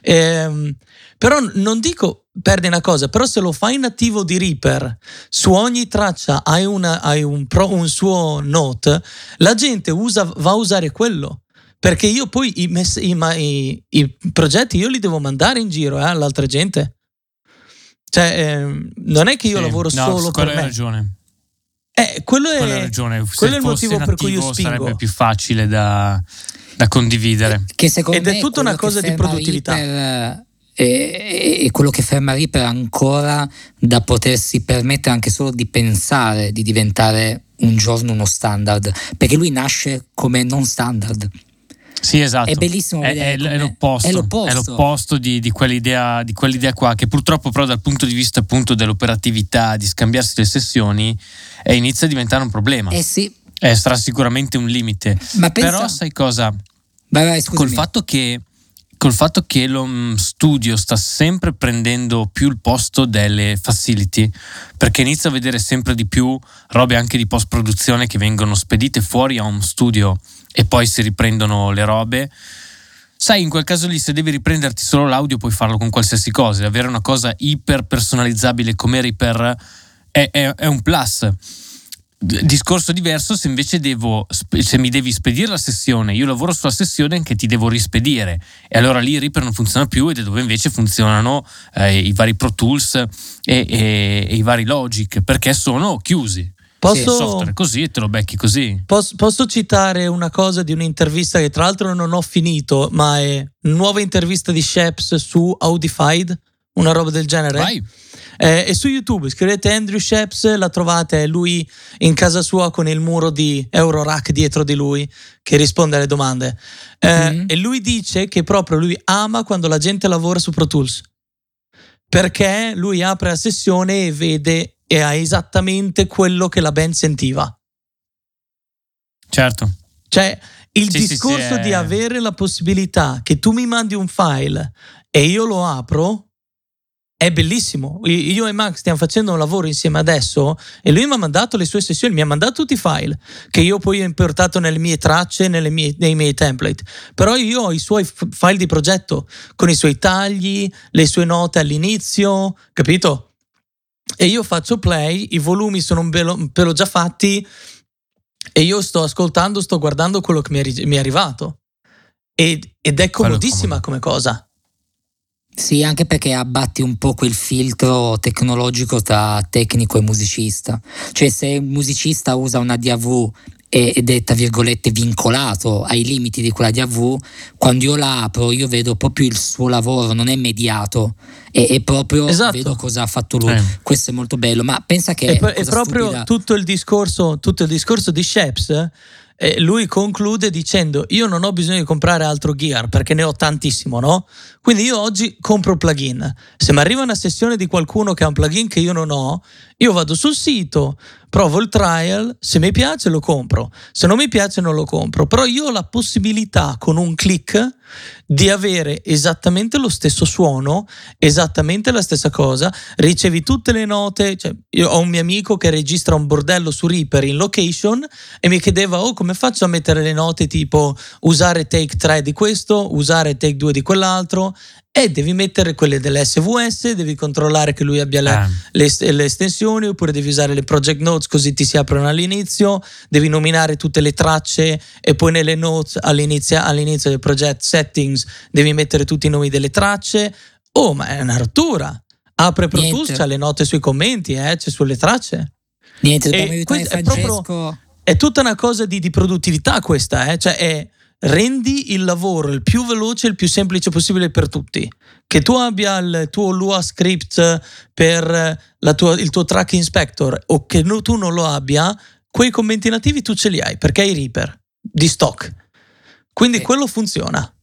Ehm, però non dico perdi una cosa, però se lo fai nativo di Reaper, su ogni traccia hai, una, hai un, pro, un suo note, la gente usa, va a usare quello. Perché io poi i, mess- i, ma- i- i progetti io li devo mandare in giro eh, all'altra gente. Cioè, ehm, non è che io Sì. lavoro No, solo su per quello hai me. ragione. Eh, quello è, Quello hai ragione. Se quello è il fosse motivo per cui io nativo spingo. sarebbe più facile da, da condividere. Che secondo Ed è me tutta una quello cosa che di ferma produttività. Reaper, eh, è, è quello che ferma Reaper ancora da potersi permettere anche solo di pensare di diventare un giorno uno standard, perché lui nasce come non standard. Sì, esatto. È bellissimo È, vedere è- com'è. è l'opposto. È l'opposto. È l'opposto di, di quell'idea, di quell'idea qua, che purtroppo però dal punto di vista appunto dell'operatività, di scambiarsi le sessioni, eh, inizia a diventare un problema. Eh sì, Eh, sarà sicuramente un limite. ma pensa, Però sai cosa? vai, vai, scusami. Col fatto che col fatto che lo mm, studio sta sempre prendendo più il posto delle facility, perché inizia a vedere sempre di più robe anche di post produzione che vengono spedite fuori a un studio e poi si riprendono le robe. Sai, in quel caso lì, se devi riprenderti solo l'audio puoi farlo con qualsiasi cosa. Avere una cosa iper personalizzabile come Reaper è, è, è un plus. discorso diverso se invece devo, se mi devi spedire la sessione, io lavoro sulla sessione che ti devo rispedire, e allora lì i Reaper non funziona più, ed è dove invece funzionano eh, i vari Pro Tools e, e, e i vari Logic, perché sono chiusi. Posso, il software così e te lo becchi così. Posso, posso citare una cosa di un'intervista che tra l'altro non ho finito, ma è nuova intervista di Sheps su Audified, una roba del genere. Vai. Eh, e su YouTube scrivete Andrew Sheps, la trovate, lui in casa sua con il muro di Eurorack dietro di lui che risponde alle domande. Eh, mm. E lui dice che proprio lui ama quando la gente lavora su Pro Tools, perché lui apre la sessione e vede e ha esattamente quello che la band sentiva. Certo. Cioè, il sì, discorso sì, sì, di è... avere la possibilità che tu mi mandi un file e io lo apro è bellissimo. Io e Max stiamo facendo un lavoro insieme adesso e lui mi ha mandato le sue sessioni, mi ha mandato tutti i file che io poi ho importato nelle mie tracce, nelle mie, nei miei template. Però io ho i suoi f- file di progetto con i suoi tagli, le sue note all'inizio, capito? E io faccio play, i volumi sono un pelo, un pelo già fatti e io sto ascoltando, sto guardando quello che mi è, mi è arrivato ed, ed è comodissima come cosa. Sì, anche perché abbatti un po' quel filtro tecnologico tra tecnico e musicista. Cioè, se un musicista usa una D A V ed è tra virgolette vincolato ai limiti di quella D A V, quando io la apro io vedo proprio il suo lavoro, non è mediato, è, è proprio esatto. Vedo cosa ha fatto lui. Eh. Questo è molto bello, ma pensa che è, è proprio stupida. tutto il discorso tutto il discorso di Sheps. Eh, lui conclude dicendo: io non ho bisogno di comprare altro gear perché ne ho tantissimo, no? Quindi io oggi compro plugin. Se mi arriva una sessione di qualcuno che ha un plugin che io non ho, io vado sul sito, provo il trial, se mi piace lo compro, se non mi piace non lo compro. Però io ho la possibilità con un click di avere esattamente lo stesso suono, esattamente la stessa cosa, ricevi tutte le note. Cioè, io ho un mio amico che registra un bordello su Reaper in location e mi chiedeva: oh, come faccio a mettere le note tipo usare take tre di questo, usare take due di quell'altro? E devi mettere quelle dell'S V S, devi controllare che lui abbia le, Ah. le, le estensioni, oppure devi usare le project notes così ti si aprono all'inizio, devi nominare tutte le tracce e poi nelle notes all'inizio, all'inizio del project settings devi mettere tutti i nomi delle tracce. Oh, ma è una rottura. Apre Pro Tools, c'ha le note sui commenti, eh, c'è sulle tracce. Niente, dobbiamo aiutare è, Francesco. proprio, è tutta una cosa di, di produttività questa, eh? Cioè è rendi il lavoro il più veloce e il più semplice possibile per tutti. Che tu abbia il tuo Lua script per la tua, il tuo track inspector o che no, tu non lo abbia, quei commenti nativi tu ce li hai perché hai Reaper di stock. Quindi eh. quello funziona.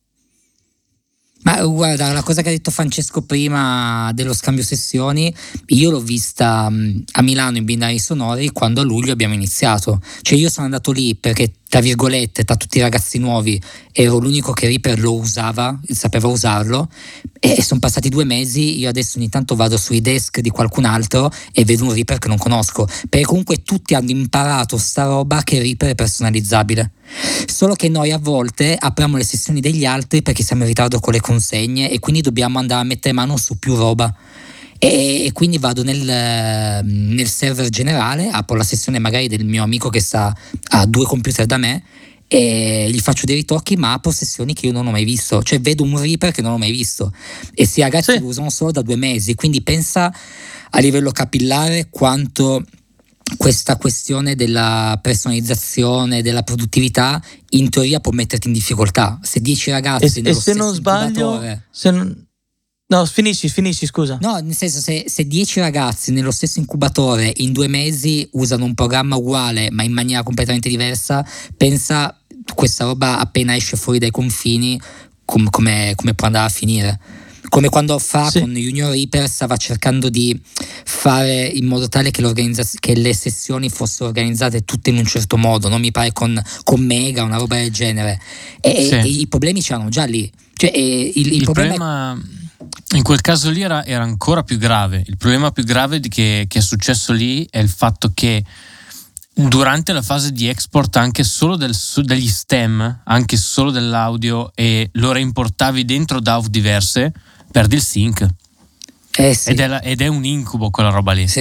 Ma guarda, la cosa che ha detto Francesco prima dello scambio sessioni, io l'ho vista a Milano in binari sonori quando a luglio abbiamo iniziato. Cioè io sono andato lì perché, tra virgolette, tra tutti i ragazzi nuovi ero l'unico che Reaper lo usava, sapeva usarlo, e sono passati due mesi. Io adesso ogni tanto vado sui desk di qualcun altro e vedo un Reaper che non conosco, perché comunque tutti hanno imparato sta roba che Reaper è personalizzabile. Solo che noi a volte apriamo le sessioni degli altri perché siamo in ritardo con le consegne e quindi dobbiamo andare a mettere mano su più roba. E, e quindi vado nel, nel server generale, apro la sessione magari del mio amico che sta a due computer da me e gli faccio dei ritocchi, ma apro sessioni che io non ho mai visto. Cioè vedo un Reaper che non ho mai visto e sti ragazzi sì. lo usano solo da due mesi, quindi pensa a livello capillare quanto questa questione della personalizzazione, della produttività in teoria può metterti in difficoltà. Se dieci ragazzi e, nello e se stesso non sbaglio se non, no finisci finisci scusa no nel senso se, se dieci ragazzi nello stesso incubatore in due mesi usano un programma uguale ma in maniera completamente diversa, pensa questa roba appena esce fuori dai confini com, come, come può andare a finire. Come quando fa sì. con Junior Reaper stava cercando di fare in modo tale che, che le sessioni fossero organizzate tutte in un certo modo, non mi pare con, con Mega, una roba del genere. E, sì. e, e i problemi c'erano già lì. Cioè, il, il, il problema, problema in quel caso lì era, era ancora più grave. Il problema più grave di che, che è successo lì è il fatto che durante la fase di export anche solo del, degli stem, anche solo dell'audio, e lo reimportavi dentro D A W diverse, perdi il sync. Eh sì. ed, è la, ed è un incubo quella roba lì. Sì.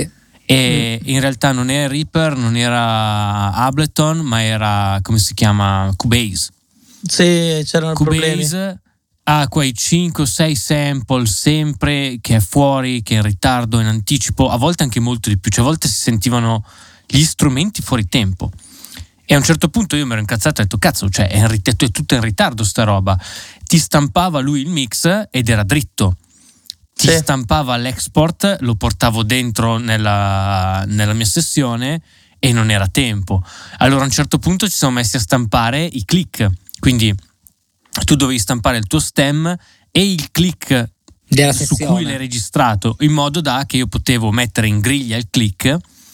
e mm. in realtà non era Reaper, non era Ableton, ma era, come si chiama, Cubase. Sì, c'erano Cubase problemi. Ha quei cinque sei sample sempre, che è fuori, che è in ritardo, in anticipo, a volte anche molto di più, cioè a volte si sentivano gli strumenti fuori tempo. E a un certo punto io mi ero incazzato e ho detto cazzo, cioè è, in rit- è tutto in ritardo sta roba. Ti stampava lui il mix ed era dritto, ti sì. stampava l'export, lo portavo dentro nella, nella mia sessione e non era tempo. Allora a un certo punto ci siamo messi a stampare i click, quindi tu dovevi stampare il tuo stem e il click della su sessione. Cui l'hai registrato, in modo da che io potevo mettere in griglia il click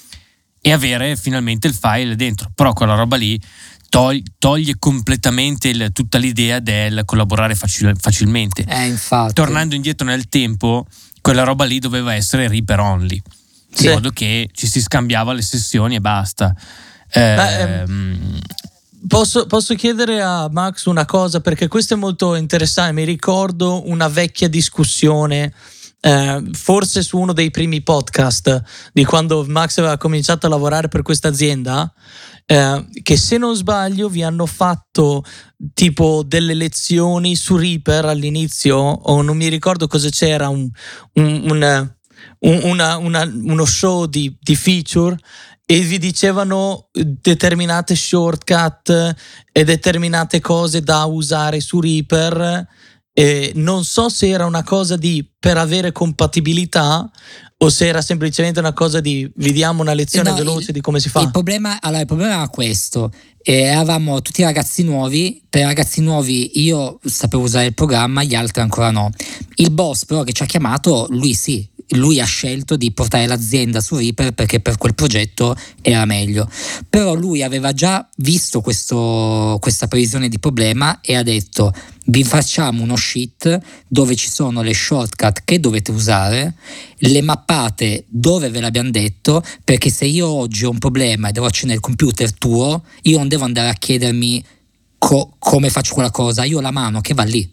e avere finalmente il file dentro. Però quella roba lì toglie, toglie completamente il, tutta l'idea del collaborare facil, facilmente. Eh, infatti. Tornando indietro nel tempo, quella roba lì doveva essere Reaper only, sì. in modo che ci si scambiava le sessioni e basta. Eh, Beh, ehm, posso, posso chiedere a Max una cosa, perché questo è molto interessante. Mi ricordo una vecchia discussione, eh, forse su uno dei primi podcast di quando Max aveva cominciato a lavorare per questa azienda, eh, che se non sbaglio vi hanno fatto tipo delle lezioni su Reaper all'inizio, o non mi ricordo cosa c'era, un, un, un, un, una, una, uno show di, di feature, e vi dicevano determinate shortcut e determinate cose da usare su Reaper. E non so se era una cosa di per avere compatibilità o se era semplicemente una cosa di vi diamo una lezione no, veloce il, di come si fa. Il problema, allora, il problema era questo: eh, eravamo tutti ragazzi nuovi. Per i ragazzi nuovi io sapevo usare il programma, gli altri ancora no. Il boss però che ci ha chiamato, lui sì, lui ha scelto di portare l'azienda su Reaper perché per quel progetto era meglio. Però lui aveva già visto questo, questa previsione di problema e ha detto: vi facciamo uno sheet dove ci sono le shortcut che dovete usare, le mappate dove ve l'abbiamo detto, perché se io oggi ho un problema e devo accendere il computer tuo, io non devo andare a chiedermi co- come faccio quella cosa, io ho la mano che va lì.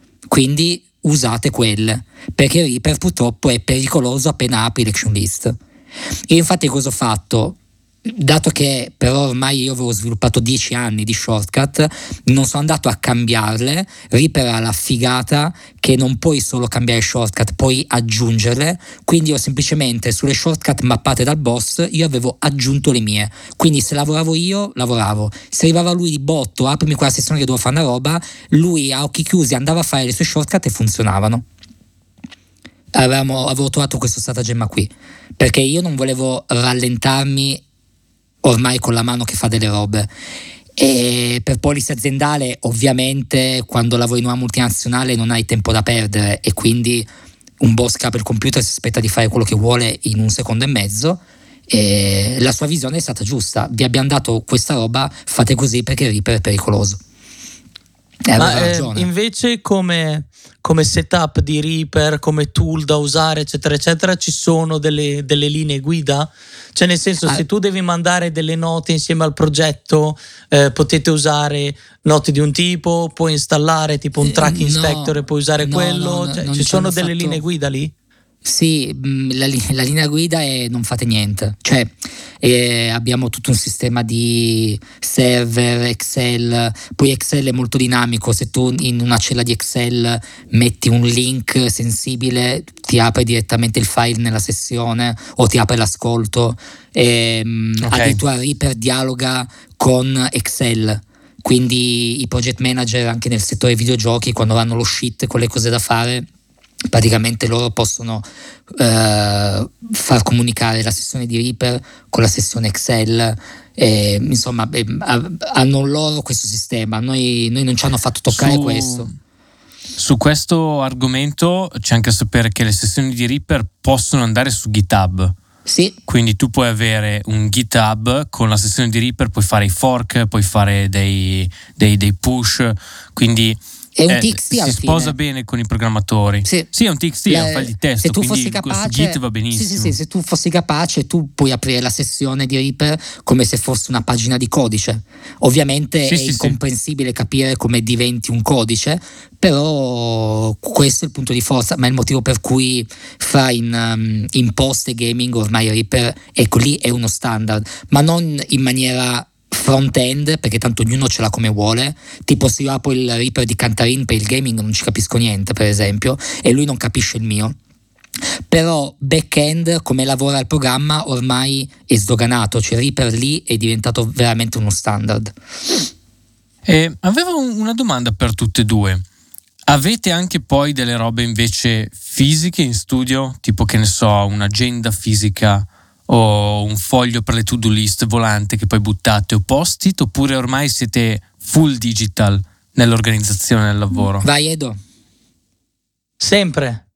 Quindi usate quelle, perché Reaper purtroppo è pericoloso appena apri l'action list. E infatti cosa ho fatto? Dato che però ormai io avevo sviluppato dieci anni di shortcut, non sono andato a cambiarle. Reaper ha la figata che non puoi solo cambiare shortcut, puoi aggiungerle, quindi io semplicemente sulle shortcut mappate dal boss io avevo aggiunto le mie, quindi se lavoravo io lavoravo, se arrivava lui di botto aprimi quella sessione che dovevo fare una roba, lui a occhi chiusi andava a fare le sue shortcut e funzionavano. Avevamo, avevo trovato questo stratagemma qui perché io non volevo rallentarmi ormai con la mano che fa delle robe. E per policy aziendale ovviamente quando lavori in una multinazionale non hai tempo da perdere e quindi un boss che apre il computer si aspetta di fare quello che vuole in un secondo e mezzo, e la sua visione è stata giusta: vi abbiamo dato questa roba, fate così perché Reaper è pericoloso. Eh, Ma eh, invece come, come setup di Reaper, come tool da usare eccetera eccetera, ci sono delle, delle linee guida? Cioè nel senso, ah. se tu devi mandare delle note insieme al progetto, eh, potete usare note di un tipo, puoi installare tipo un track inspector no, e puoi usare no, quello, no, cioè, no, ci sono delle fatto... linee guida lì? Sì, la, la linea guida è non fate niente, cioè eh, abbiamo tutto un sistema di server, Excel, poi Excel è molto dinamico, se tu in una cella di Excel metti un link sensibile ti apre direttamente il file nella sessione o ti apre l'ascolto, e, okay. addirittura Reaper dialoga con Excel. Quindi i project manager anche nel settore videogiochi quando hanno lo sheet con le cose da fare, praticamente loro possono eh, far comunicare la sessione di Reaper con la sessione Excel, e, insomma eh, hanno loro questo sistema. Noi, noi non ci hanno fatto toccare su, questo. Su questo argomento c'è anche a sapere che le sessioni di Reaper possono andare su GitHub. Sì. Quindi tu puoi avere un GitHub con la sessione di Reaper, puoi fare i fork, puoi fare dei, dei, dei push, quindi È un eh, T X T alla si sposa fine. bene con i programmatori. Sì, sì è un T X T, è un file di testo. Se tu quindi fossi capace, Git va benissimo. sì, sì, sì, se tu fossi capace, tu puoi aprire la sessione di Reaper come se fosse una pagina di codice. Ovviamente sì, è sì, incomprensibile sì. capire come diventi un codice, però questo è il punto di forza, ma è il motivo per cui fra in, um, in post e gaming ormai Reaper, ecco lì, è uno standard, ma non in maniera front-end, perché tanto ognuno ce l'ha come vuole. Tipo, se io apro il Reaper di Cantarin per il gaming non ci capisco niente, per esempio, e lui non capisce il mio. Però back-end, come lavora il programma, ormai è sdoganato, cioè Reaper lì è diventato veramente uno standard. E avevo una domanda per tutte e due. Avete anche poi delle robe invece fisiche in studio? Tipo, che ne so, un'agenda fisica o un foglio per le to-do list volante che poi buttate, o post-it, oppure ormai siete full digital nell'organizzazione del lavoro? Vai Edo. Sempre.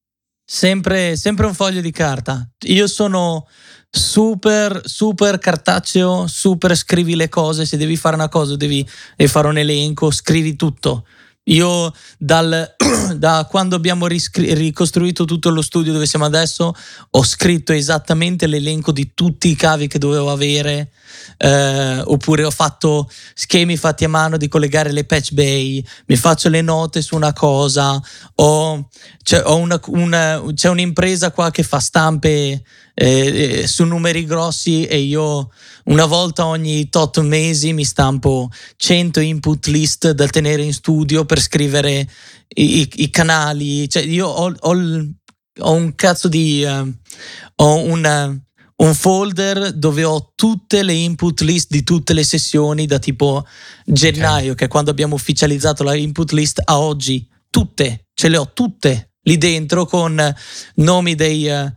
Sempre, sempre un foglio di carta. Io sono super, super cartaceo, super scrivi le cose. Se devi fare una cosa, devi, devi fare un elenco, scrivi tutto. Io dal, da quando abbiamo riscri- ricostruito tutto lo studio dove siamo adesso, ho scritto esattamente l'elenco di tutti i cavi che dovevo avere, eh, oppure ho fatto schemi fatti a mano di collegare le patch bay, mi faccio le note su una cosa, ho, c'è, ho una, una, c'è un'impresa qua che fa stampe eh, su numeri grossi e io una volta ogni tot mesi mi stampo cento input list da tenere in studio per scrivere i, i, i canali. Cioè io ho, ho, ho un cazzo di uh, ho una, un folder dove ho tutte le input list di tutte le sessioni da tipo gennaio, okay, che è quando abbiamo ufficializzato la input list, a oggi. Tutte, ce le ho tutte lì dentro con nomi dei uh,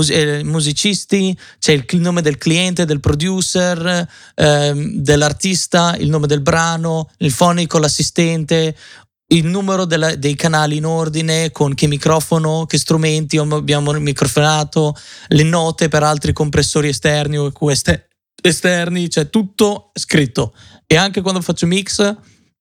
musicisti, c'è il nome del cliente, del producer, ehm, dell'artista, il nome del brano, il fonico, l'assistente, il numero della, dei canali in ordine, con che microfono, che strumenti abbiamo microfonato, le note per altri compressori esterni o queste esterni, cioè tutto scritto. E anche quando faccio mix,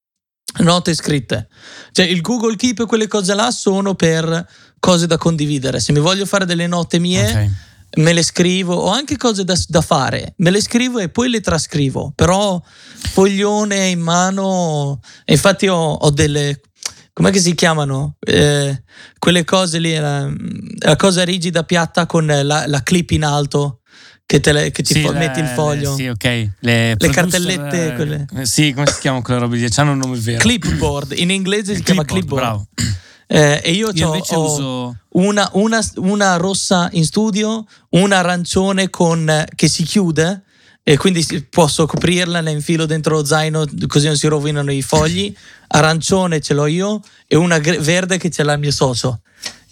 note scritte. Cioè il Google Keep e quelle cose là sono per cose da condividere. Se mi voglio fare delle note mie, okay, me le scrivo, ho anche cose da, da fare, me le scrivo e poi le trascrivo, però foglione in mano. E infatti ho, ho delle, com'è che si chiamano? Eh, quelle cose lì, la, la cosa rigida piatta con la, la clip in alto che, te le, che ci sì, fo- metti il foglio. Le, sì, ok. Le, le cartellette, quelle. Sì, come si chiamano quelle robe lì? C'hanno un nome vero. Clipboard, in inglese si chiama clipboard. Bravo. Eh, e io, io ho, invece ho uso una, una, una rossa in studio, una arancione con, che si chiude e quindi posso coprirla, la infilo dentro lo zaino così non si rovinano i fogli. Arancione ce l'ho io e una verde che ce l'ha il mio socio.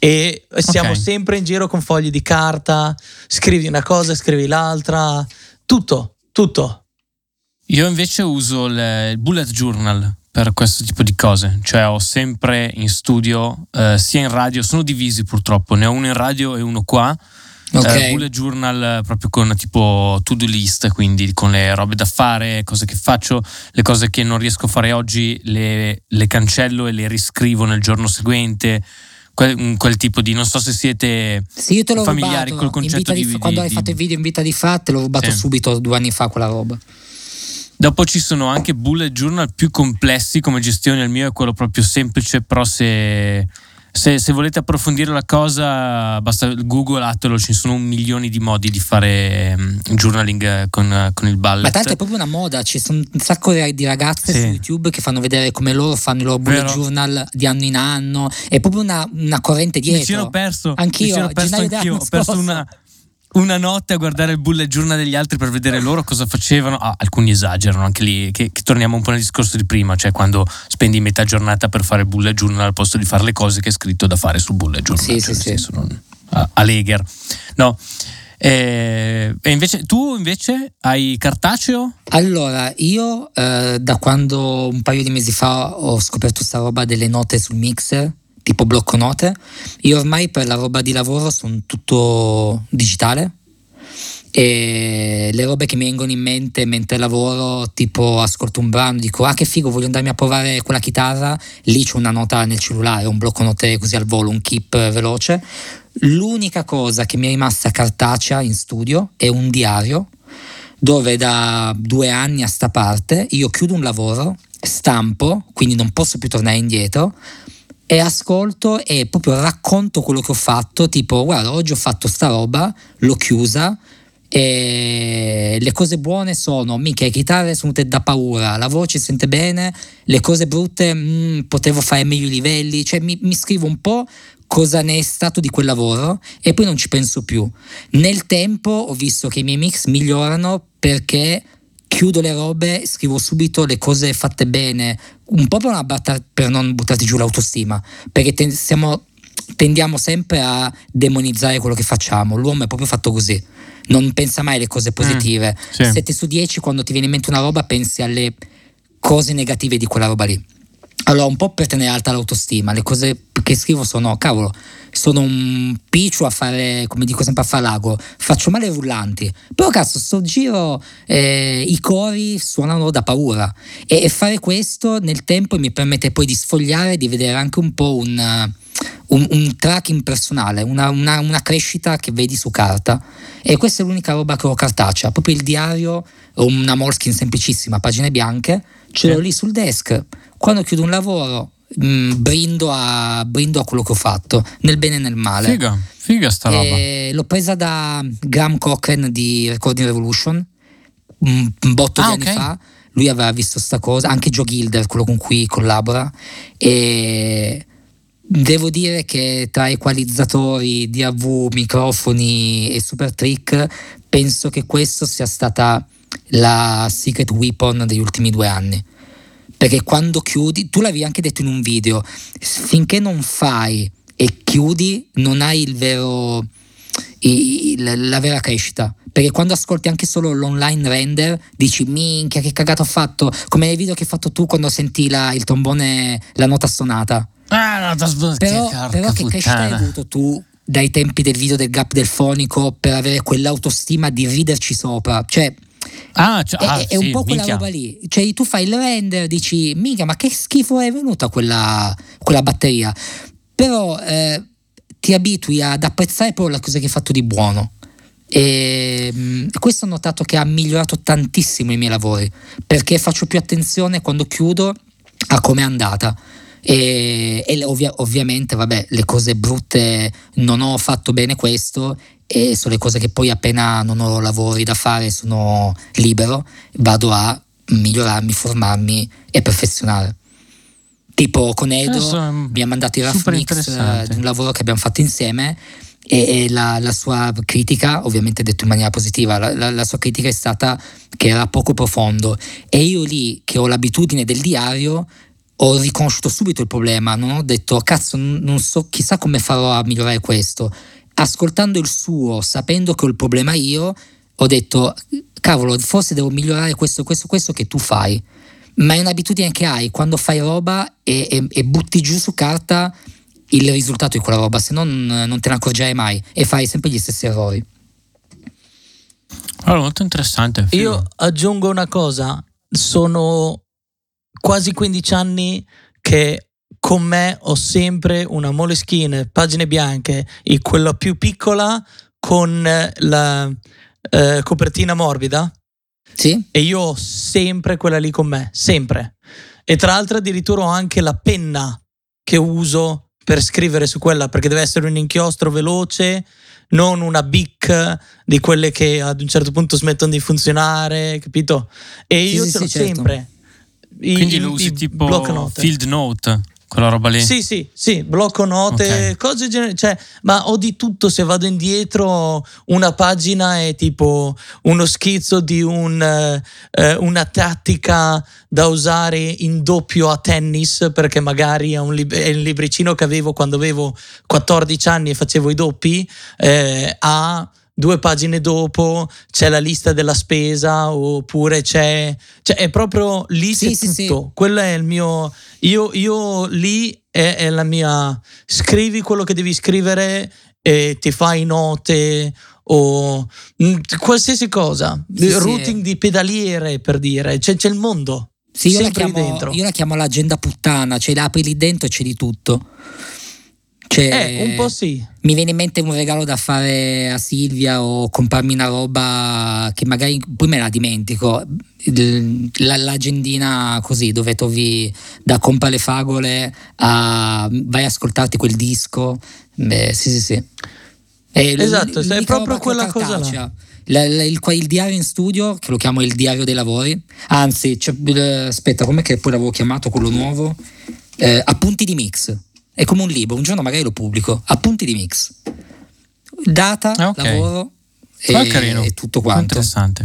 E siamo okay. sempre in giro con fogli di carta, scrivi una cosa, scrivi l'altra, tutto, tutto. Io invece uso il bullet journal per questo tipo di cose, cioè ho sempre in studio, eh, sia in radio, sono divisi purtroppo, ne ho uno in radio e uno qua, okay. eh, bullet journal proprio con tipo to-do list, quindi con le robe da fare, cose che faccio, le cose che non riesco a fare oggi le, le cancello e le riscrivo nel giorno seguente, quel, quel tipo di, non so se siete sì, io te l'ho familiari rubato, col concetto di, di, di quando di, hai fatto il video in vita di Fa, te l'ho rubato sì. subito due anni fa quella roba. Dopo ci sono anche bullet journal più complessi, come gestione. Il mio è quello proprio semplice, però se, se, se volete approfondire la cosa basta googlatelo, ci sono un milione di modi di fare journaling con, con il bullet. Ma tanto è proprio una moda, ci sono un sacco di ragazze sì. su YouTube che fanno vedere come loro fanno i loro bullet Vero. journal di anno in anno, è proprio una, una corrente dietro. Mi ci ero perso, anch'io, mi ci ero perso anch'io, ho perso una... una notte a guardare il bullet journal degli altri per vedere loro cosa facevano. Ah, alcuni esagerano anche lì, che, che torniamo un po' nel discorso di prima, cioè quando spendi metà giornata per fare il bullet journal al posto di fare le cose che è scritto da fare sul bullet journal, sì, cioè sì, nel sì. senso non, a, a Legher no. E, e invece tu invece hai cartaceo? Allora io eh, da quando un paio di mesi fa ho scoperto sta roba delle note sul mixer tipo blocco note, io ormai per la roba di lavoro sono tutto digitale E le robe che mi vengono in mente mentre lavoro, tipo ascolto un brano, dico ah che figo, voglio andarmi a provare quella chitarra, lì c'è una nota nel cellulare, un blocco note così al volo, un keep veloce. L'unica cosa che mi è rimasta cartacea in studio è un diario dove da due anni a sta parte io chiudo un lavoro, stampo, quindi non posso più tornare indietro, e ascolto e proprio racconto quello che ho fatto, tipo guarda oggi ho fatto sta roba, l'ho chiusa, e le cose buone sono mica le chitarre sono venute da paura, la voce si sente bene, le cose brutte mh, potevo fare meglio i livelli, cioè mi, mi scrivo un po' cosa ne è stato di quel lavoro e poi non ci penso più. Nel tempo ho visto che i miei mix migliorano perché chiudo le robe, scrivo subito le cose fatte bene, un po' per, una batta, per non buttarti giù l'autostima, perché ten, siamo, tendiamo sempre a demonizzare quello che facciamo, l'uomo è proprio fatto così, non pensa mai alle cose positive, mm, sì. sette su dieci quando ti viene in mente una roba pensi alle cose negative di quella roba lì. Allora un po' per tenere alta l'autostima, le cose che scrivo sono cavolo, sono un piccio a fare, come dico sempre a fare l'ago, faccio male ai rullanti, però cazzo sto giro eh, i cori suonano da paura e, e fare questo nel tempo mi permette poi di sfogliare, di vedere anche un po' un, un, un tracking personale, una, una, una crescita che vedi su carta, e questa è l'unica roba che ho cartacea, proprio il diario, una Moleskine semplicissima, pagine bianche, ce l'ho lì sul desk. Quando chiudo un lavoro mh, brindo, a, brindo a quello che ho fatto, nel bene e nel male. Figa, figa sta roba. E l'ho presa da Graham Cochran di Recording Revolution un, un botto ah, di anni okay. fa. Lui aveva visto sta cosa, anche Joe Gilder, quello con cui collabora, e devo dire che tra equalizzatori, D A V, microfoni e Super Trick penso che questo sia stata la secret weapon degli ultimi due anni, perché quando chiudi, tu l'avevi anche detto in un video, finché non fai e chiudi non hai il vero il, la vera crescita, perché quando ascolti anche solo l'online render dici minchia che cagato ho fatto, come nei video che hai fatto tu quando senti la, il trombone, la nota stonata. Ah, no, sb- però, che, però che crescita hai avuto tu dai tempi del video del gap del fonico per avere quell'autostima di riderci sopra, cioè Ah, cioè, è, ah, è un sì, po' quella minchia. roba lì, cioè tu fai il render, dici mica ma che schifo è venuta quella, quella batteria, però eh, ti abitui ad apprezzare poi la cosa che hai fatto di buono, e mh, questo ho notato che ha migliorato tantissimo i miei lavori, perché faccio più attenzione quando chiudo a com'è andata. E, e ovvia, ovviamente vabbè le cose brutte non ho fatto bene questo, e sono le cose che poi appena non ho lavori da fare, sono libero, vado a migliorarmi, formarmi e perfezionare. Tipo con Edo Adesso, mi ha mandato i rough super mix interessante. di un lavoro che abbiamo fatto insieme, e, e la, la sua critica, ovviamente detto in maniera positiva, la, la, la sua critica è stata che era poco profondo, e io lì che ho l'abitudine del diario ho riconosciuto subito il problema, non ho detto cazzo non so, chissà come farò a migliorare questo. Ascoltando il suo, sapendo che ho il problema io, ho detto cavolo forse devo migliorare questo, questo, questo che tu fai, ma è un'abitudine che hai quando fai roba e, e, e butti giù su carta il risultato di quella roba, se no non, non te ne accorgerai mai e fai sempre gli stessi errori. Allora, molto interessante. Figo. Io aggiungo una cosa, sono quasi quindici anni che con me ho sempre una Moleskine pagine bianche, e quella più piccola con la eh, copertina morbida. Sì? E io ho sempre quella lì con me, sempre. E tra l'altro addirittura ho anche la penna che uso per scrivere su quella, perché deve essere un inchiostro veloce, non una Bic di quelle che ad un certo punto smettono di funzionare, capito? E Sì, io sì, ce l'ho sì, certo. sempre. I, Quindi i- lo usi i tipo blocnote. field note, quella roba lì. Sì, sì, sì, blocco note, Ok. cose genere, cioè, ma ho di tutto. Se vado indietro, una pagina è tipo uno schizzo di un, eh, eh, una tattica da usare in doppio a tennis, perché magari è un, lib- è un libricino che avevo quando avevo quattordici anni e facevo i doppi, eh, a due pagine dopo c'è la lista della spesa, oppure c'è, cioè è proprio lì, Sì, c'è sì, sì. tutto. Quello è il mio, io, io lì è, è la mia, scrivi quello che devi scrivere e ti fai note o mh, qualsiasi cosa, Sì, routing sì. di pedaliere, per dire, c'è, c'è il mondo. Sì, io la, sempre lì chiamo, dentro. io la chiamo l'agenda puttana, cioè la apri lì dentro e c'è di tutto. Cioè, Eh, un po' sì. mi viene in mente un regalo da fare a Silvia o comprarmi una roba che magari poi me la dimentico. La, l'agendina così dove trovi da compra le fragole a vai a ascoltarti quel disco. Beh, sì, sì, sì. È Esatto, è l'unica proprio roba che ho quella cosa là. cartacea. La- la- il, il diario in studio, che lo chiamo il diario dei lavori, anzi, c'è- eh, aspetta, com'è che poi l'avevo chiamato quello nuovo? Eh, appunti di mix. È come un libro, un giorno magari lo pubblico. Appunti di mix. Data, Ah, ok. lavoro e, Ah, carino. e tutto quanto. Interessante.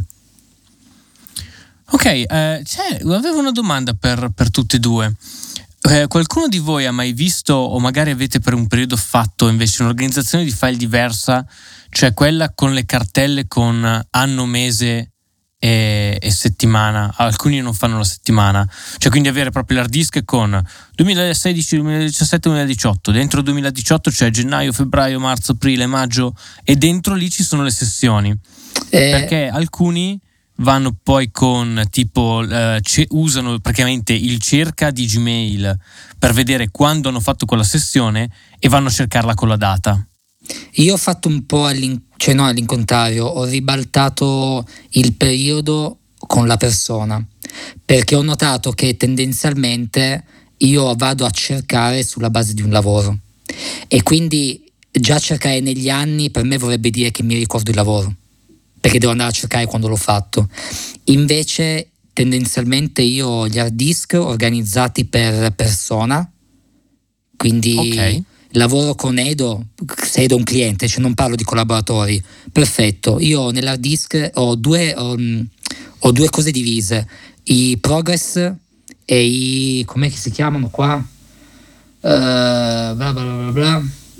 Ok, eh, c'è- avevo una domanda per, per tutti e due. Eh, qualcuno di voi ha mai visto o magari avete per un periodo fatto invece un'organizzazione di file diversa, cioè quella con le cartelle con anno, mese e, e settimana? Alcuni non fanno la settimana, cioè quindi avere proprio l'hard disk con duemilasedici, duemiladiciassette, duemiladiciotto, dentro duemiladiciotto c'è gennaio, febbraio, marzo, aprile, maggio e dentro lì ci sono le sessioni, Eh, perché alcuni vanno poi con tipo eh, ce- usano praticamente il cerca di Gmail per vedere quando hanno fatto quella sessione e vanno a cercarla con la data. Io ho fatto un po' all'in- cioè no, all'incontrario, ho ribaltato il periodo con la persona, perché ho notato che tendenzialmente io vado a cercare sulla base di un lavoro e quindi già cercare negli anni per me vorrebbe dire che mi ricordo il lavoro, perché devo andare a cercare quando l'ho fatto. Invece tendenzialmente io ho gli hard disk organizzati per persona, quindi Ok. lavoro con Edo, se Edo è un cliente, cioè non parlo di collaboratori, perfetto. Io nell'hard disk ho due, ho, ho due cose divise, i progress e i, com'è che si chiamano qua? Uh, bla bla bla bla bla.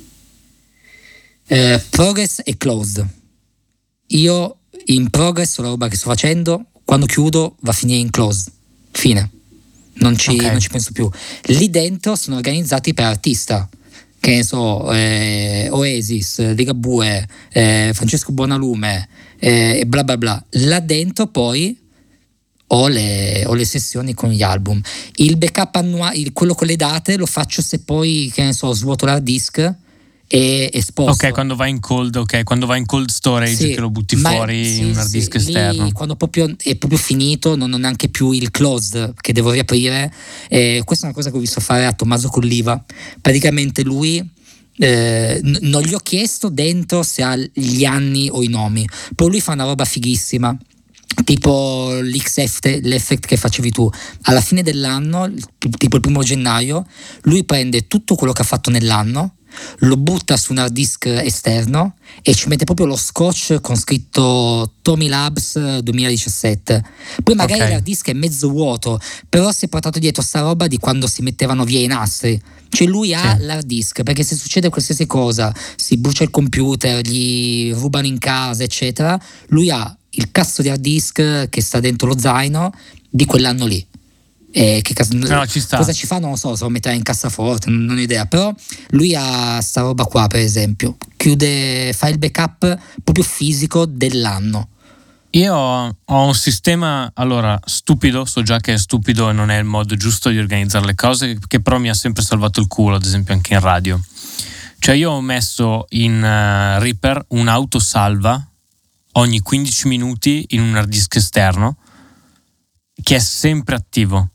Eh, progress e closed. Io in progress ho la roba che sto facendo, quando chiudo va a finire in closed, fine, non ci, Ok. non ci penso più. Lì dentro sono organizzati per artista, che ne so, eh, Oasis, Ligabue, eh, Francesco Buonalume eh, e bla bla bla. Là dentro poi ho le, ho le sessioni con gli album. Il backup annuale, quello con le date lo faccio se poi, che ne so, svuoto l'hard disk e, e sposto. Ok, quando vai in cold, ok, quando vai in cold storage Sì, che lo butti ma- fuori sì, in un hard sì, disk lì esterno. quando proprio è proprio finito, non ho neanche più il closed che devo riaprire. Eh, questa è una cosa che ho visto fare a Tommaso Colliva. Praticamente lui eh, n- non gli ho chiesto dentro se ha gli anni o i nomi, poi lui fa una roba fighissima. Tipo l'X F, l'effect che facevi tu alla fine dell'anno, tipo il primo gennaio, lui prende tutto quello che ha fatto nell'anno, lo butta su un hard disk esterno e ci mette proprio lo scotch con scritto Tommy Labs duemiladiciassette. Poi magari Ok. l'hard disk è mezzo vuoto, però si è portato dietro sta roba di quando si mettevano via i nastri. Cioè lui ha Sì. l'hard disk, perché se succede qualsiasi cosa, si brucia il computer, gli rubano in casa, eccetera, lui ha il cazzo di hard disk che sta dentro lo zaino di quell'anno lì. E che cas- No, ci sta. cosa ci fa non lo so, se lo metterà in cassaforte, non, non ho idea, però lui ha sta roba qua, per esempio, chiude, fa il backup proprio fisico dell'anno. Io ho ho un sistema, allora, stupido, so già che è stupido e non è il modo giusto di organizzare le cose, che però mi ha sempre salvato il culo, ad esempio anche in radio. Cioè io ho messo in uh, Reaper un'autosalva ogni quindici minuti in un hard disk esterno che è sempre attivo.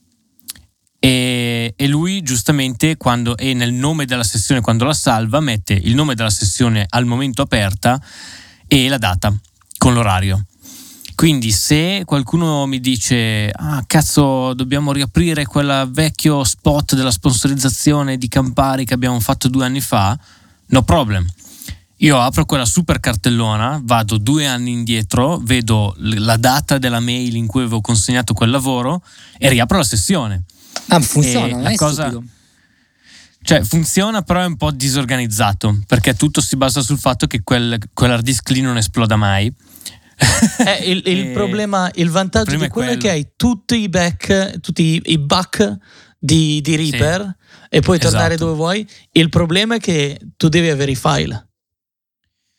E, e lui giustamente quando è nel nome della sessione, quando la salva, mette il nome della sessione al momento aperta e la data con l'orario. Quindi se qualcuno mi dice ah cazzo dobbiamo riaprire quel vecchio spot della sponsorizzazione di Campari che abbiamo fatto due anni fa, no problem. Io apro quella super cartellona, vado due anni indietro, vedo la data della mail in cui avevo consegnato quel lavoro e riapro la sessione. Ah, funziona, E non la è cosa- stupido. Cioè funziona, però è un po' disorganizzato, perché tutto si basa sul fatto che quel, quell'hard disk lì non esploda mai. Eh, il, il E- problema, il vantaggio il problema di è quello è che quello. hai tutti i back, tutti i, i back di, di Reaper e puoi tornare Esatto. dove vuoi. Il problema è che tu devi avere i file.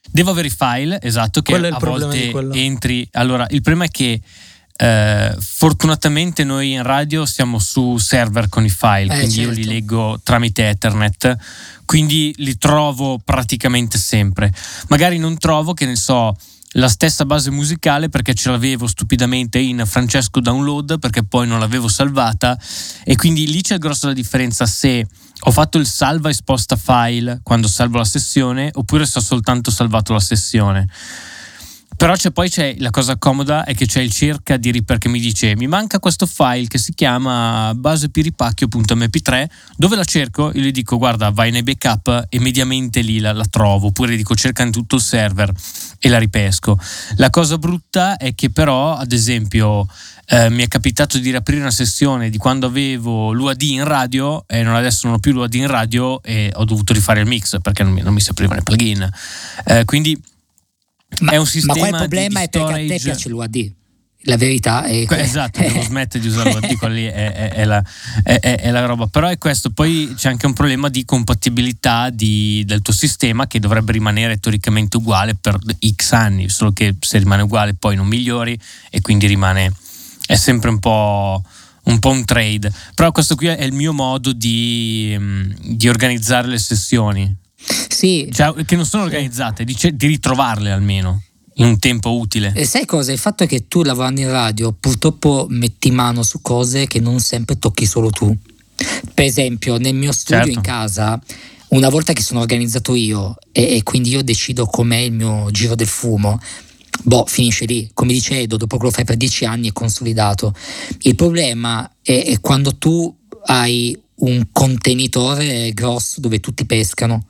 Devo avere i file, esatto, che quello è il a problema di volte quello. entri. Allora, il problema è che eh, fortunatamente noi in radio siamo su server con i file, Eh, quindi certo. io li leggo tramite Ethernet, quindi li trovo praticamente sempre. Magari non trovo, che ne so, la stessa base musicale perché ce l'avevo stupidamente in Francesco Download, perché poi non l'avevo salvata, e quindi lì c'è il grosso la differenza se ho fatto il salva e sposta file quando salvo la sessione oppure se ho soltanto salvato la sessione. Però c'è poi c'è la cosa comoda, è che c'è il cerca di Reaper che mi dice mi manca questo file che si chiama basepiripacchio.emme pi tre, dove la cerco? Io gli dico guarda, vai nei backup e mediamente lì la, la trovo, oppure dico cerca in tutto il server e la ripesco. La cosa brutta è che però ad esempio eh, mi è capitato di riaprire una sessione di quando avevo l'U A D in radio e non, adesso non ho più l'U A D in radio e ho dovuto rifare il mix perché non mi, non mi si aprivano i plugin, eh, quindi Ma, è un sistema ma qua il problema di, di è perché a te storage. piace l'U A D. La verità è Que- esatto, devo smettere di usare l'U A D, quella lì è, è, è, la, è, è, è la roba. Però è questo. Poi c'è anche un problema di compatibilità di, del tuo sistema, che dovrebbe rimanere teoricamente uguale per X anni, solo che se rimane uguale poi non migliori e quindi rimane, è sempre un po' un po' un trade. Però questo qui è il mio modo di, di organizzare le sessioni. Sì. Cioè, che non sono organizzate, di, di ritrovarle almeno in un tempo utile. E sai cosa? Il fatto è che tu, lavorando in radio, purtroppo metti mano su cose che non sempre tocchi solo tu. Per esempio, nel mio studio, certo, in casa, una volta che sono organizzato io e, e quindi io decido com'è il mio giro del fumo, boh, finisce lì. Come dice Edo, dopo che lo fai per dieci anni è consolidato. Il problema è, è quando tu hai un contenitore grosso dove tutti pescano,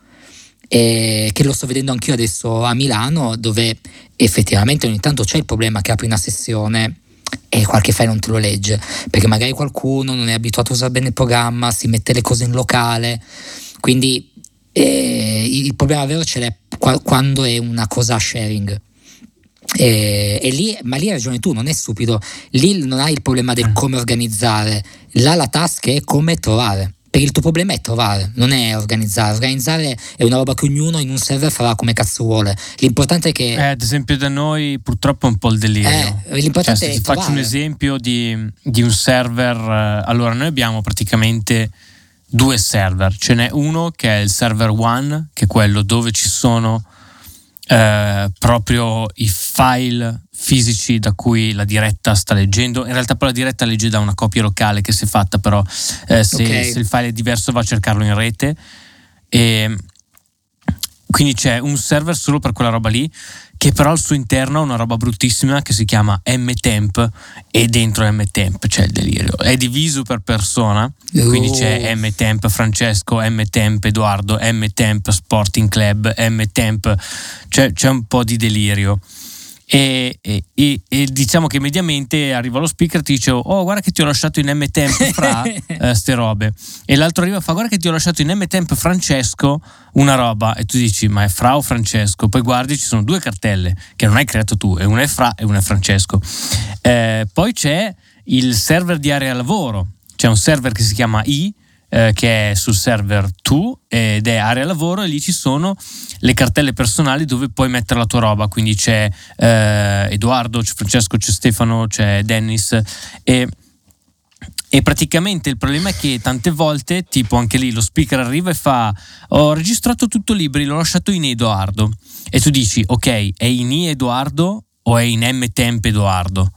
eh, che lo sto vedendo anch'io adesso a Milano, dove effettivamente ogni tanto c'è il problema che apri una sessione e qualche file non te lo legge, perché magari qualcuno non è abituato a usare bene il programma, si mette le cose in locale, quindi eh, il problema vero ce l'è quando è una cosa sharing. E, e lì, ma lì hai ragione tu, non è stupido, lì non hai il problema del come organizzare, là la task è come trovare, perché il tuo problema è trovare, non è organizzare. Organizzare è una roba che ognuno in un server farà come cazzo vuole, l'importante è che eh, ad esempio da noi purtroppo è un po' il delirio, eh, l'importante cioè, se è ti faccio trovare. un esempio di, di un server, allora noi abbiamo praticamente due server, ce n'è uno che è il server one, che è quello dove ci sono Eh, proprio i file fisici da cui la diretta sta leggendo. In realtà poi la diretta legge da una copia locale che si è fatta, però eh, se, okay. se il file è diverso va a cercarlo in rete, e quindi c'è un server solo per quella roba lì, che però al suo interno ha una roba bruttissima che si chiama mtemp, e dentro mtemp c'è il delirio, è diviso per persona, uh. quindi c'è mtemp Francesco, mtemp Edoardo, mtemp Sporting Club, mtemp, c'è, c'è un po' di delirio. E, e, e, e diciamo che mediamente arriva lo speaker e ti dice oh guarda che ti ho lasciato in mtemp fra eh, ste robe, e l'altro arriva e fa guarda che ti ho lasciato in mtemp Francesco una roba, e tu dici ma è Fra o Francesco? Poi guardi, ci sono due cartelle che non hai creato tu, e una è Fra e una è Francesco. Eh, poi c'è il server di area lavoro, c'è un server che si chiama I, eh, che è sul server tu ed è area lavoro, e lì ci sono le cartelle personali dove puoi mettere la tua roba, quindi c'è eh, Edoardo, c'è Francesco, c'è Stefano, c'è Dennis, e E praticamente il problema è che tante volte, tipo anche lì, lo speaker arriva e fa ho registrato tutto libri, l'ho lasciato in Edoardo, e tu dici ok, è in I Edoardo o è in mtemp Edoardo?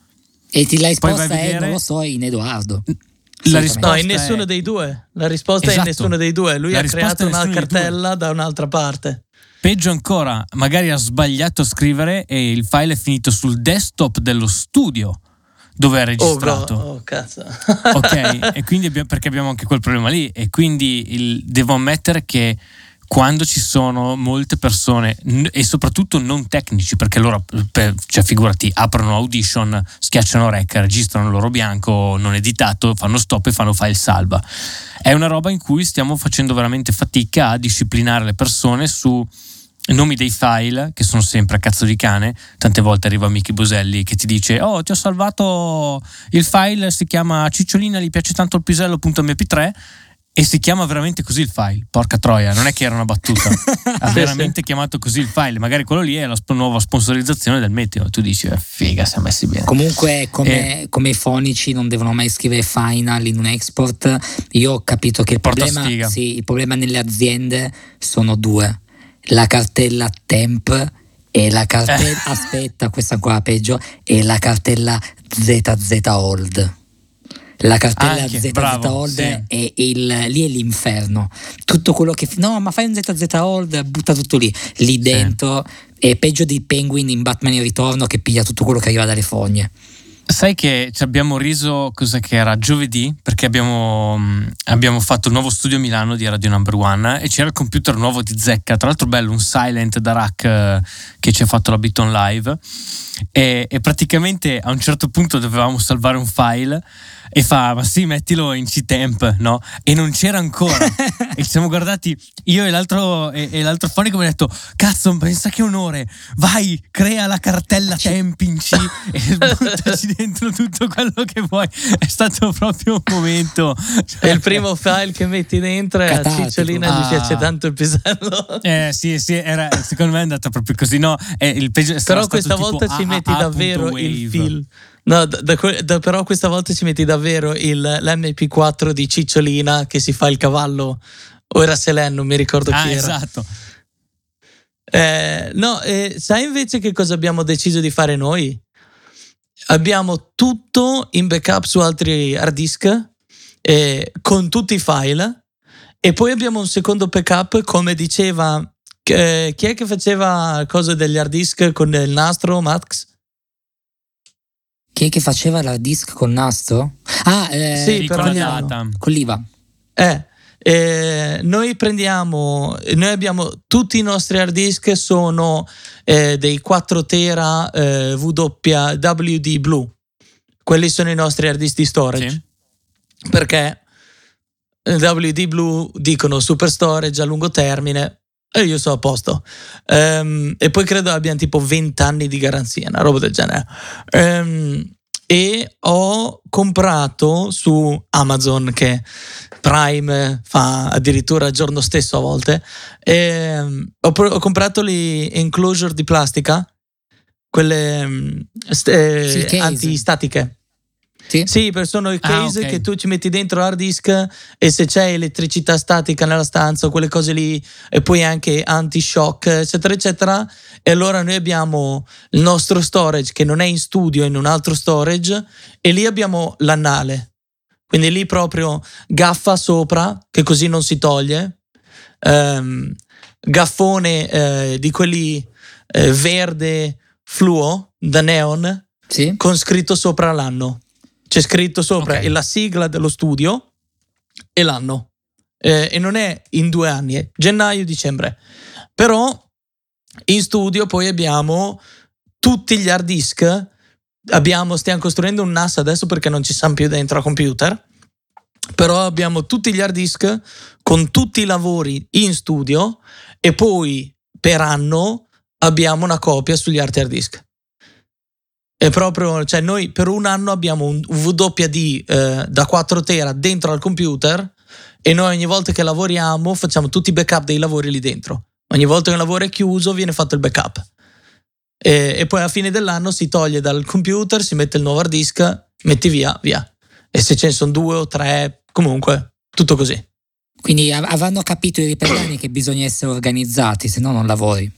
E ti la risposta è vedere... non lo so, è in Edoardo. La risposta no, in nessuno è... dei due. La risposta esatto. è in nessuno dei due. Lui La ha creato una cartella da un'altra parte. Peggio ancora, magari ha sbagliato a scrivere e il file è finito sul desktop dello studio dove è registrato. Oh, oh cazzo. Ok, e quindi abbiamo, perché abbiamo anche quel problema lì, e quindi il, devo ammettere che quando ci sono molte persone n- e soprattutto non tecnici, perché loro, per, cioè figurati, aprono Audition, schiacciano rec, registrano il loro bianco non editato, fanno stop e fanno file salva. È una roba in cui stiamo facendo veramente fatica a disciplinare le persone su nomi dei file, che sono sempre a cazzo di cane. Tante volte arriva Michi Boselli che ti dice oh ti ho salvato il file, si chiama Cicciolina gli piace tanto il pisello.emme pi tre, E si chiama veramente così il file, porca troia, non è che era una battuta, ha veramente chiamato così il file. Magari quello lì è la sp- nuova sponsorizzazione del meteo. Tu dici, eh, figa, si è messi bene. Comunque, come, e... come i fonici non devono mai scrivere final in un export, io ho capito che il problema, sì, il problema nelle aziende sono due: la cartella temp e la cartella, aspetta, questa ancora peggio, e la cartella Z Z old. La cartella Anche, Z Z bravo, Old sì. è il, lì è l'inferno. Tutto quello che no, ma fai un Z Z Old, butta tutto lì. Lì dentro sì. È peggio di Penguin in Batman in Ritorno, che piglia tutto quello che arriva dalle fogne. Sai che ci abbiamo riso, cosa che era giovedì, perché abbiamo, abbiamo fatto il nuovo studio a Milano di Radio Number One e c'era il computer nuovo di Zecca, tra l'altro bello, un Silent da rack che ci ha fatto la Beaton Live e, e praticamente a un certo punto dovevamo salvare un file e fa, ma sì, mettilo in C-Temp, no? E non c'era ancora. E ci siamo guardati, io e l'altro, e, e l'altro fonico mi ha detto, cazzo, pensa che onore, vai, crea la cartella temp in C e buttaci dentro tutto quello che vuoi. È stato proprio un momento. Cioè, è il primo file che metti dentro e a Cicciolina ah. gli piace tanto il pisello. Eh sì, sì, era, secondo me è andata proprio così, no? È il peggio, però questa volta ci metti A A davvero il fil. No, da, da, da, però questa volta ci metti davvero il, l'emme pi quattro di Cicciolina che si fa il cavallo, o era Selen, non mi ricordo ah, chi era. Esatto. Eh, no, eh, sai invece che cosa abbiamo deciso di fare noi? Abbiamo tutto in backup su altri hard disk eh, con tutti i file, e poi abbiamo un secondo backup, come diceva eh, chi è che faceva cose degli hard disk con il nastro, Max? Chi è che faceva l'hard disk col nastro? Ah, eh, sì, però con, la con l'I V A. Eh, eh, noi prendiamo, noi abbiamo tutti i nostri hard disk sono eh, dei quattro tera eh, W D Blue. Quelli sono i nostri hard disk di storage. Sì. Perché W D Blue dicono super storage a lungo termine e io sono a posto. Um, e poi credo abbiano tipo venti anni di garanzia, una roba del genere. Um, e ho comprato su Amazon, che Prime fa addirittura il giorno stesso a volte, e ho, ho comprato le enclosure di plastica, quelle st- sì, antistatiche. Sì, sì, perché sono i case ah, okay. che tu ci metti dentro l'hard disk e se c'è elettricità statica nella stanza o quelle cose lì, e poi anche anti-shock eccetera eccetera, e allora noi abbiamo il nostro storage che non è in studio, è in un altro storage, e lì abbiamo l'annale, quindi lì proprio gaffa sopra che così non si toglie, um, gaffone eh, di quelli eh, verde fluo da neon, sì. con scritto sopra l'anno. C'è scritto sopra okay. la sigla dello studio e l'anno. Eh, e non è in due anni, è gennaio-dicembre. Però in studio poi abbiamo tutti gli hard disk. Abbiamo, stiamo costruendo un N A S adesso perché non ci siamo più dentro a computer. Però abbiamo tutti gli hard disk con tutti i lavori in studio, e poi per anno abbiamo una copia sugli altri hard disk. È proprio, cioè noi per un anno abbiamo un W D eh, da quattro tera dentro al computer, e noi ogni volta che lavoriamo facciamo tutti i backup dei lavori lì dentro. Ogni volta che un lavoro è chiuso viene fatto il backup. E, e poi alla fine dell'anno si toglie dal computer, si mette il nuovo hard disk, metti via, via. E se ce ne sono due o tre, comunque, tutto così. Quindi avranno capito i ripellani che bisogna essere organizzati, se no non lavori.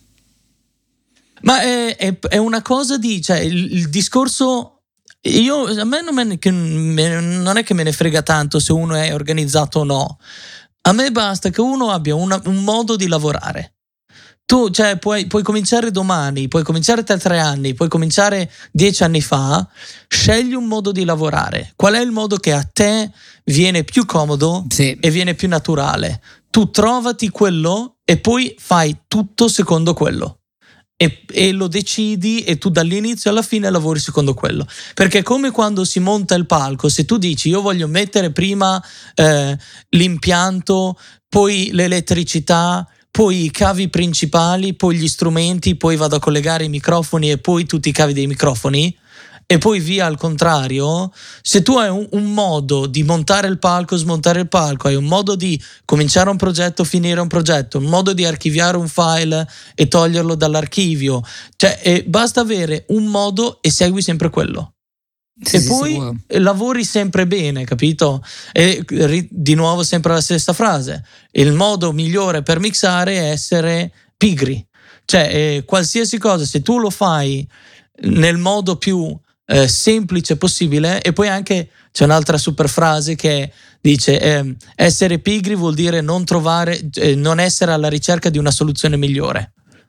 Ma è, è, è una cosa di, cioè il, il discorso, io a me non, me, che, me non è che me ne frega tanto se uno è organizzato o no. A me basta che uno abbia una, un modo di lavorare. Tu, cioè, puoi, puoi cominciare domani, puoi cominciare tra tre anni, puoi cominciare dieci anni fa. Scegli un modo di lavorare. Qual è il modo che a te viene più comodo sì. e viene più naturale? Tu trovati quello e poi fai tutto secondo quello. E, e lo decidi, e tu dall'inizio alla fine lavori secondo quello, perché è come quando si monta il palco. Se tu dici io voglio mettere prima eh, l'impianto, poi l'elettricità, poi i cavi principali, poi gli strumenti, poi vado a collegare i microfoni e poi tutti i cavi dei microfoni, e poi via al contrario, se tu hai un, un modo di montare il palco, smontare il palco, hai un modo di cominciare un progetto, finire un progetto, un modo di archiviare un file e toglierlo dall'archivio, cioè e basta avere un modo e segui sempre quello. Sì, e sì, poi sicuro. lavori sempre bene, capito? E ri- di nuovo sempre la stessa frase: il modo migliore per mixare è essere pigri, cioè eh, qualsiasi cosa, se tu lo fai nel modo più eh, semplice possibile. E poi anche c'è un'altra super frase che dice eh, essere pigri vuol dire non trovare eh, non essere alla ricerca di una soluzione migliore.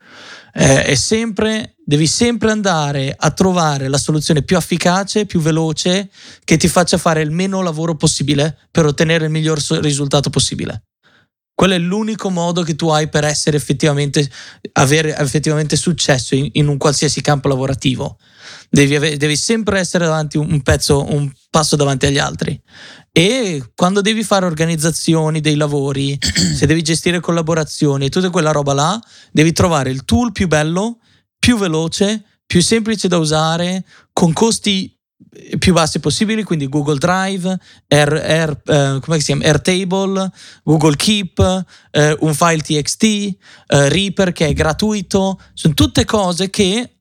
Eh, è sempre, devi sempre andare a trovare la soluzione più efficace, più veloce, che ti faccia fare il meno lavoro possibile per ottenere il miglior so- risultato possibile. Quello è l'unico modo che tu hai per essere effettivamente, avere effettivamente successo in, in un qualsiasi campo lavorativo. Devi, ave- devi sempre essere davanti un pezzo, un passo davanti agli altri. E quando devi fare organizzazioni dei lavori, se devi gestire collaborazioni e tutta quella roba là, devi trovare il tool più bello, più veloce, più semplice da usare, con costi più bassi possibili, quindi Google Drive, Air, Air, eh, come si chiama? Airtable, Google Keep, eh, un file T X T, eh, Reaper che è gratuito. Sono tutte cose che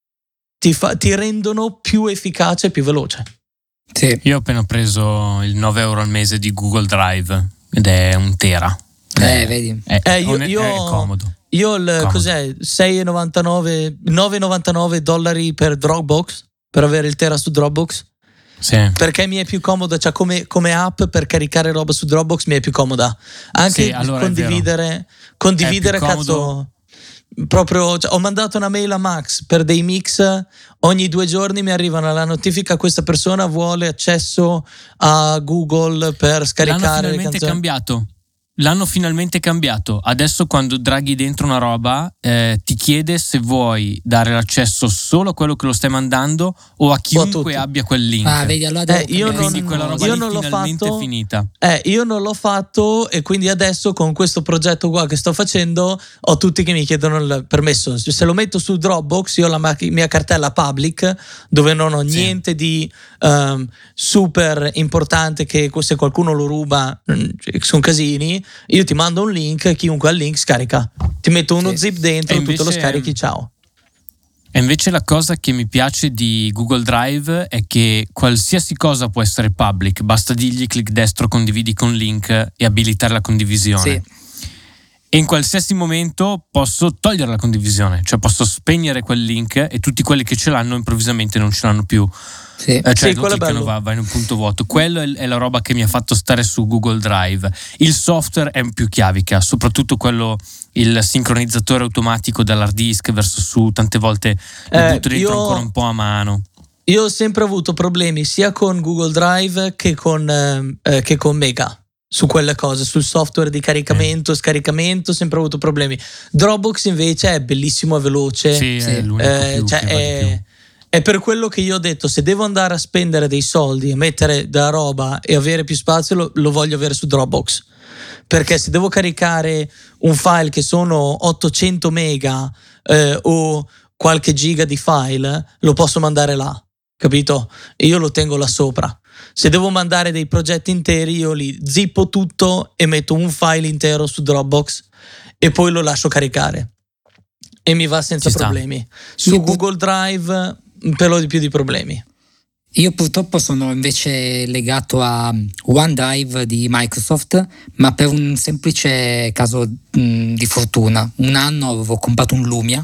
ti, fa, ti rendono più efficace e più veloce. Sì. Io ho appena preso il nove euro al mese di Google Drive ed è un tera. Eh, è, vedi. È, Eh, io, è, io, è comodo. Io il Comodo. cos'è? sei e novantanove, nove e novantanove dollari per Dropbox, per avere il tera su Dropbox. Sì. Perché mi è più comodo, cioè come, come app per caricare roba su Dropbox mi è più comoda. Anche Sì, allora condividere, condividere È più cazzo. comodo. Proprio, cioè, ho mandato una mail a Max per dei mix, ogni due giorni mi arrivano la notifica: questa persona vuole accesso a Google per scaricare L'hanno le finalmente canzoni. cambiato. L'hanno finalmente cambiato. Adesso quando draghi dentro una roba eh, ti chiede se vuoi dare l'accesso solo a quello che lo stai mandando o a chiunque tutti. abbia quel link. Ah, vedi, allora devo Eh, io cambiare non- Quindi quella roba io lì non l'ho finalmente fatto. è finita. Eh, io non l'ho fatto e quindi adesso con questo progetto qua che sto facendo ho tutti che mi chiedono il permesso. Se lo metto su Dropbox, io ho la ma- mia cartella public dove non ho Sì. niente di um, super importante che se qualcuno lo ruba mm, sono casini. Io ti mando un link, chiunque ha il link scarica. Ti metto uno Sì. zip dentro, E tu te lo invece- scarichi, ciao. E invece la cosa che mi piace di Google Drive è che qualsiasi cosa può essere public, basta dirgli clic destro, condividi con link e abilitare la condivisione. Sì. E in qualsiasi momento posso togliere la condivisione, cioè posso spegnere quel link e tutti quelli che ce l'hanno improvvisamente non ce l'hanno più. Sì. Eh, cioè Sì, quello è cliccano, bello. va, va in un punto vuoto. Quello è, è la roba che mi ha fatto stare su Google Drive. Il software è più chiavica, soprattutto quello, il sincronizzatore automatico dall'hard disk verso su, tante volte mi Eh, butto dentro io- ancora un po' a mano. Io ho sempre avuto problemi sia con Google Drive che con, ehm, eh, che con Mega su quelle cose, sul software di caricamento, scaricamento, ho sempre avuto problemi. Dropbox invece è bellissimo e veloce. Sì, sì. è l'unico Eh, più, cioè che va di è, più. è per quello che io ho detto: se devo andare a spendere dei soldi e mettere della roba e avere più spazio, lo, lo voglio avere su Dropbox. Perché se devo caricare un file che sono ottocento mega eh, o qualche giga di file, lo posso mandare là, capito? E io lo tengo là sopra. Se devo mandare dei progetti interi, io li zippo tutto e metto un file intero su Dropbox e poi lo lascio caricare. E mi va senza Ci sta. problemi. Su Io- Google Drive un pelo di più di problemi. Io purtroppo sono invece legato a OneDrive di Microsoft, ma per un semplice caso mh, di fortuna. Un anno avevo comprato un Lumia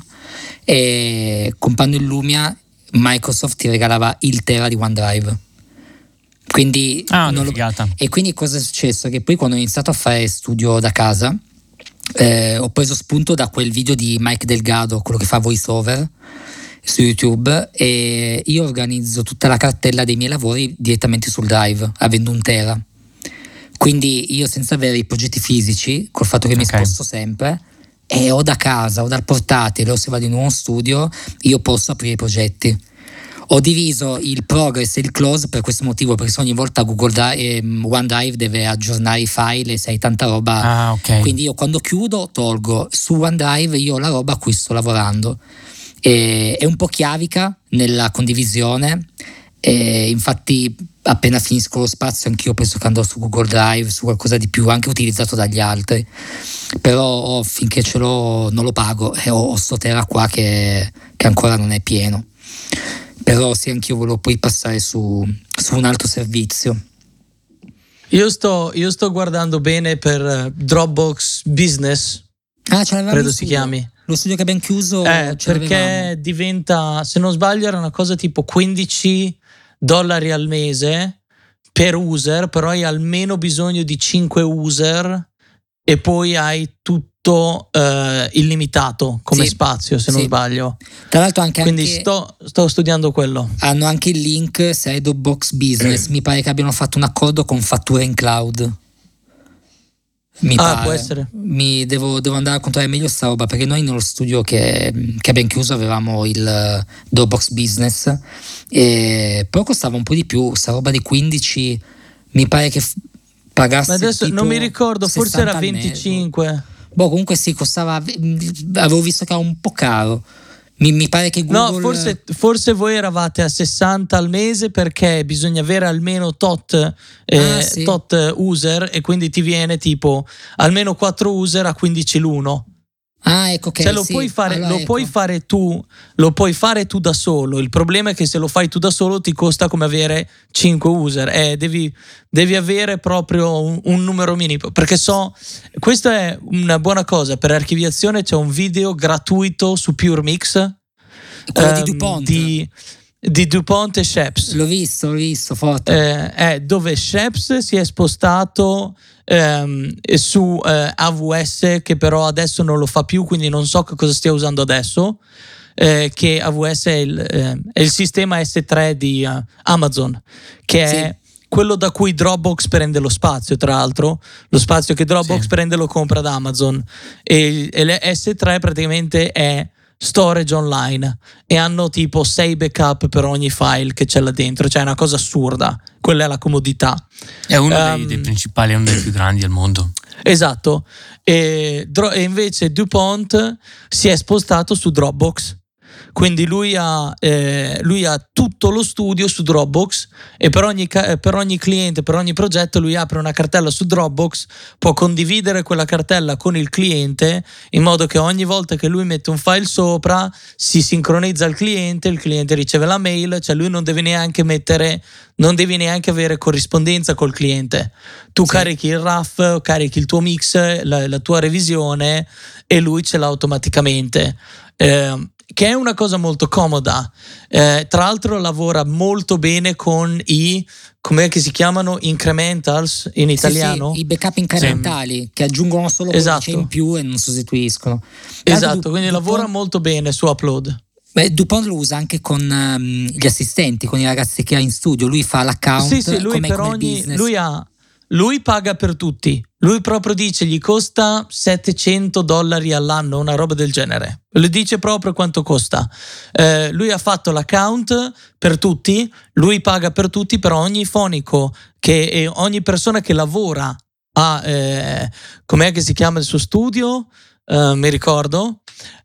e comprando il Lumia Microsoft ti regalava il tera di OneDrive. Quindi Ah, una non lo- figata. E quindi cosa è successo? Che poi quando ho iniziato a fare studio da casa eh, ho preso spunto da quel video di Mike Delgado, quello che fa voiceover su YouTube, e io organizzo tutta la cartella dei miei lavori direttamente sul Drive, avendo un tera. Quindi io, senza avere i progetti fisici, col fatto che mi Ok. sposto sempre, e o da casa o dal portatile o se vado in uno studio, io posso aprire i progetti. Ho diviso il progress e il close per questo motivo, perché se ogni volta Google Drive, ehm, OneDrive deve aggiornare i file e se hai tanta roba. Ah, ok. Quindi io quando chiudo tolgo, su OneDrive io ho la roba a cui sto lavorando. E è un po' chiavica, nella condivisione. E infatti appena finisco lo spazio anch'io penso che andrò su Google Drive, su qualcosa di più anche utilizzato dagli altri, però oh, finché ce l'ho non lo pago e ho, ho sto Tera qua che, che ancora non è pieno, però sì, anch'io volevo poi passare su, su un altro servizio. Io sto, io sto guardando bene per Dropbox Business, ah, ce l'avevamo credo in si studio. chiami. Lo studio che abbiamo chiuso eh, ce perché l'avevamo. diventa, se non sbaglio era una cosa tipo quindici dollari al mese per user, però hai almeno bisogno di cinque user e poi hai tutto eh, illimitato come Sì, spazio, se sì. non sbaglio. Tra l'altro anche, Quindi anche sto, sto studiando quello. hanno anche il link se hai Dropbox Business, mi pare che abbiano fatto un accordo con Fattura in Cloud. Mi Ah, pare. può essere. Mi devo, devo andare a controllare meglio sta roba, perché noi nello studio che, che abbiamo chiuso avevamo il Dropbox Business, e però costava un po' di più, sta roba di quindici, mi pare che f- pagassi. Ma adesso tipo non mi ricordo, forse era sessanta al mese. venticinque. Boh, comunque sì, costava, avevo visto che era un po' caro. Mi, mi pare che Google... No, forse, forse voi eravate a sessanta al mese perché bisogna avere almeno tot, eh, Ah, sì. tot user e quindi ti viene tipo almeno quattro user a quindici l'uno. Ah, ecco che Cioè lo, sì. puoi fare, Allora, lo ecco. puoi fare tu, lo puoi fare tu da solo. Il problema è che se lo fai tu da solo ti costa come avere cinque user. Eh, devi, devi avere proprio un, un numero minimo. Perché so, questa è una buona cosa. Per archiviazione c'è un video gratuito su PureMix. Quello di ehm, DuPont. Di, di DuPont e Sheps. L'ho visto, l'ho visto, forte. Eh, eh, dove Sheps si è spostato ehm, su eh, A W S, che però adesso non lo fa più, quindi non so che cosa stia usando adesso, eh, che A W S è il, eh, è il sistema S tre di uh, Amazon, che Sì. è quello da cui Dropbox prende lo spazio, tra l'altro lo spazio che Dropbox Sì. prende lo compra da Amazon, e, e le S tre praticamente è storage online e hanno tipo sei backup per ogni file che c'è là dentro, cioè è una cosa assurda. Quella è la comodità. È uno dei, Um, dei principali, è uno dei più grandi al mondo. Esatto. E, Dro- e invece DuPont si è spostato su Dropbox. Quindi lui ha, eh, lui ha tutto lo studio su Dropbox e per ogni, ca- per ogni cliente, per ogni progetto lui apre una cartella su Dropbox, può condividere quella cartella con il cliente in modo che ogni volta che lui mette un file sopra si sincronizza il cliente, il cliente riceve la mail, cioè lui non deve neanche mettere, non devi neanche avere corrispondenza col cliente. Tu Sì. carichi il R A F, carichi il tuo mix, la, la tua revisione e lui ce l'ha automaticamente. Eh, che è una cosa molto comoda. Eh, tra l'altro lavora molto bene con i, com'è che si chiamano, incrementals in italiano? Sì, sì, i backup incrementali sì. Che aggiungono solo quello Esatto. che c'è in più e non sostituiscono. Esatto, Du- quindi DuPont, lavora molto bene su Upload. Beh, DuPont lo usa anche con um, gli assistenti, con i ragazzi che ha in studio. Lui fa l'account. Sì, sì, lui come, per come ogni, business. lui ha, lui paga per tutti. Lui proprio dice gli costa settecento dollari all'anno, una roba del genere. Le dice proprio quanto costa. Eh, lui ha fatto l'account per tutti, lui paga per tutti, però ogni fonico che, e ogni persona che lavora a, eh, com'è che si chiama il suo studio? Uh, mi ricordo.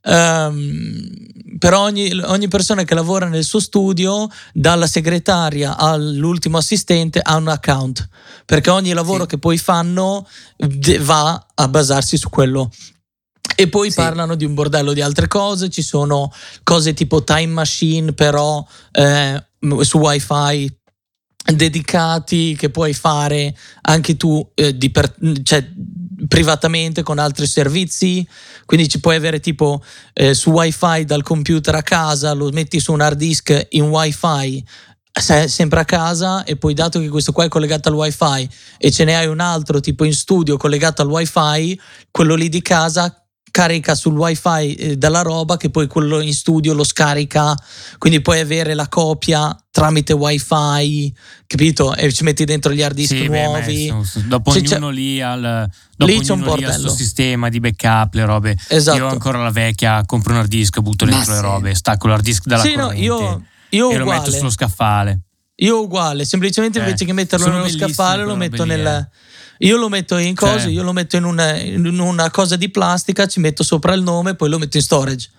Um, per ogni, ogni persona che lavora nel suo studio, dalla segretaria all'ultimo assistente, ha un account, perché ogni lavoro sì. che poi fanno de- va a basarsi su quello. E poi Sì. parlano di un bordello di altre cose, ci sono cose tipo Time Machine però eh, su Wi-Fi dedicati che puoi fare anche tu eh, di per, cioè, privatamente con altri servizi, quindi ci puoi avere tipo eh, su Wi-Fi dal computer a casa, lo metti su un hard disk in Wi-Fi se- sempre a casa, e poi dato che questo qua è collegato al Wi-Fi e ce ne hai un altro tipo in studio collegato al Wi-Fi, quello lì di casa carica sul Wi-Fi eh, della roba che poi quello in studio lo scarica, quindi puoi avere la copia tramite Wi-Fi, capito? E ci metti dentro gli hard disk Sì, beh, nuovi. ma è- dopo Cioè, ognuno lì al dopo lì c'è un ognuno lì al bordello. suo sistema di backup, le robe. Esatto. Io ho ancora la vecchia, compro un hard disk, butto Ma dentro le sì. robe, stacco l'hard disk dalla Sì, no, corrente io, io e lo metto uguale. sullo scaffale. Io uguale, semplicemente Eh, invece che metterlo sono nello bellissime scaffale lo quelle metto robe lì, nel... Io lo metto in cosa? Cioè. Io lo metto in una, in una cosa di plastica, ci metto sopra il nome e poi lo metto in storage.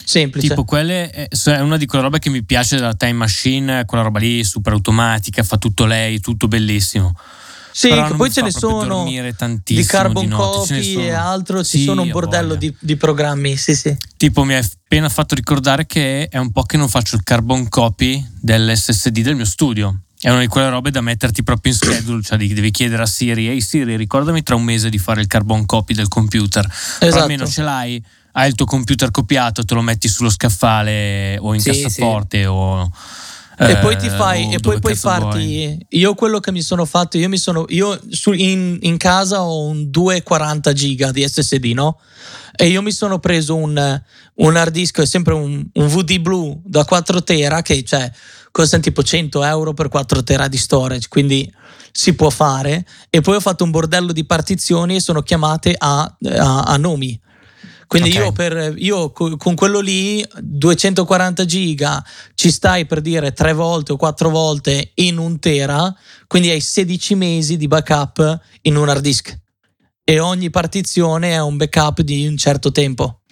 semplice. Tipo quelle è è una di quelle robe che mi piace della Time Machine, quella roba lì super automatica, fa tutto lei, tutto bellissimo. Sì, Però che non poi mi ce fa ne proprio sono dormire di tantissimo carbon di notte, ce ne copy sono. e altro, ci Sì, sono un ho bordello voglia. di, di programmi, sì sì. Tipo mi hai appena fatto ricordare che è un po' che non faccio il carbon copy dell'S S D del mio studio. È una di quelle robe da metterti proprio in schedule, cioè devi chiedere a Siri: ehi Siri, ricordami tra un mese di fare il carbon copy del computer. Però Esatto. almeno ce l'hai, hai il tuo computer copiato, te lo metti sullo scaffale o in Sì, cassaforte o E eh, poi ti fai, o e dove poi puoi cazzo vuoi. farti. Io quello che mi sono fatto, io mi sono. Io su, in, in casa ho un duecentoquaranta giga di S S D, no? E io mi sono preso un, un hard disk, è sempre un, un V D Blue da quattro tera, che cioè costano tipo cento euro per quattro tera di storage, quindi si può fare. E poi ho fatto un bordello di partizioni e sono chiamate a, a, a nomi. Quindi Ok. io, per, io co- con quello lì, duecentoquaranta giga, ci stai per dire tre volte o quattro volte in un tera, quindi hai sedici mesi di backup in un hard disk. E ogni partizione è un backup di un certo tempo.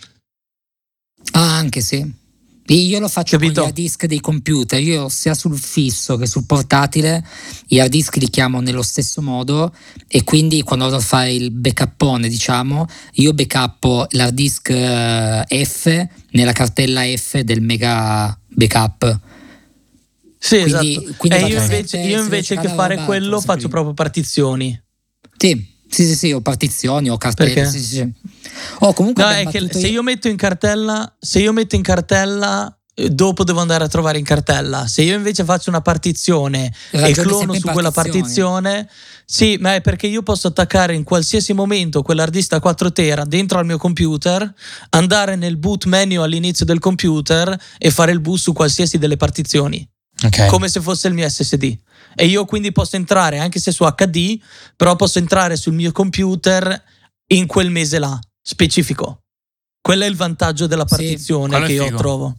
Ah, anche sì. Io lo faccio Capito? con gli hard disk dei computer, io sia sul fisso che sul portatile, gli hard disk li chiamo nello stesso modo e quindi quando vado a fare il backupone, diciamo, io backuppo l'hard disk eh, F nella cartella F del mega backup. Sì, Quindi- esatto. quindi E vado io sempre- invece, se io devo invece che cercare fare roba, quello trovo sempre faccio lì. proprio partizioni. Sì, sì, sì, sì, o partizioni o cartelle. Perché? Sì, sì, sì. Oh, comunque No, abbiamo è che battuto se io metto in cartella, se io metto in cartella, eh, dopo devo andare a trovare in cartella. Se io invece faccio una partizione e Ragioni clono sempre in su quella partizioni. partizione, sì, ma è perché io posso attaccare in qualsiasi momento quell'hard disk a quattro tera dentro al mio computer, andare nel boot menu all'inizio del computer e fare il boot su qualsiasi delle partizioni, Ok. come se fosse il mio S S D. E io quindi posso entrare anche se su H D, però posso entrare sul mio computer in quel mese là, specifico. Quello è il vantaggio della Sì, partizione quello è che io figo. trovo.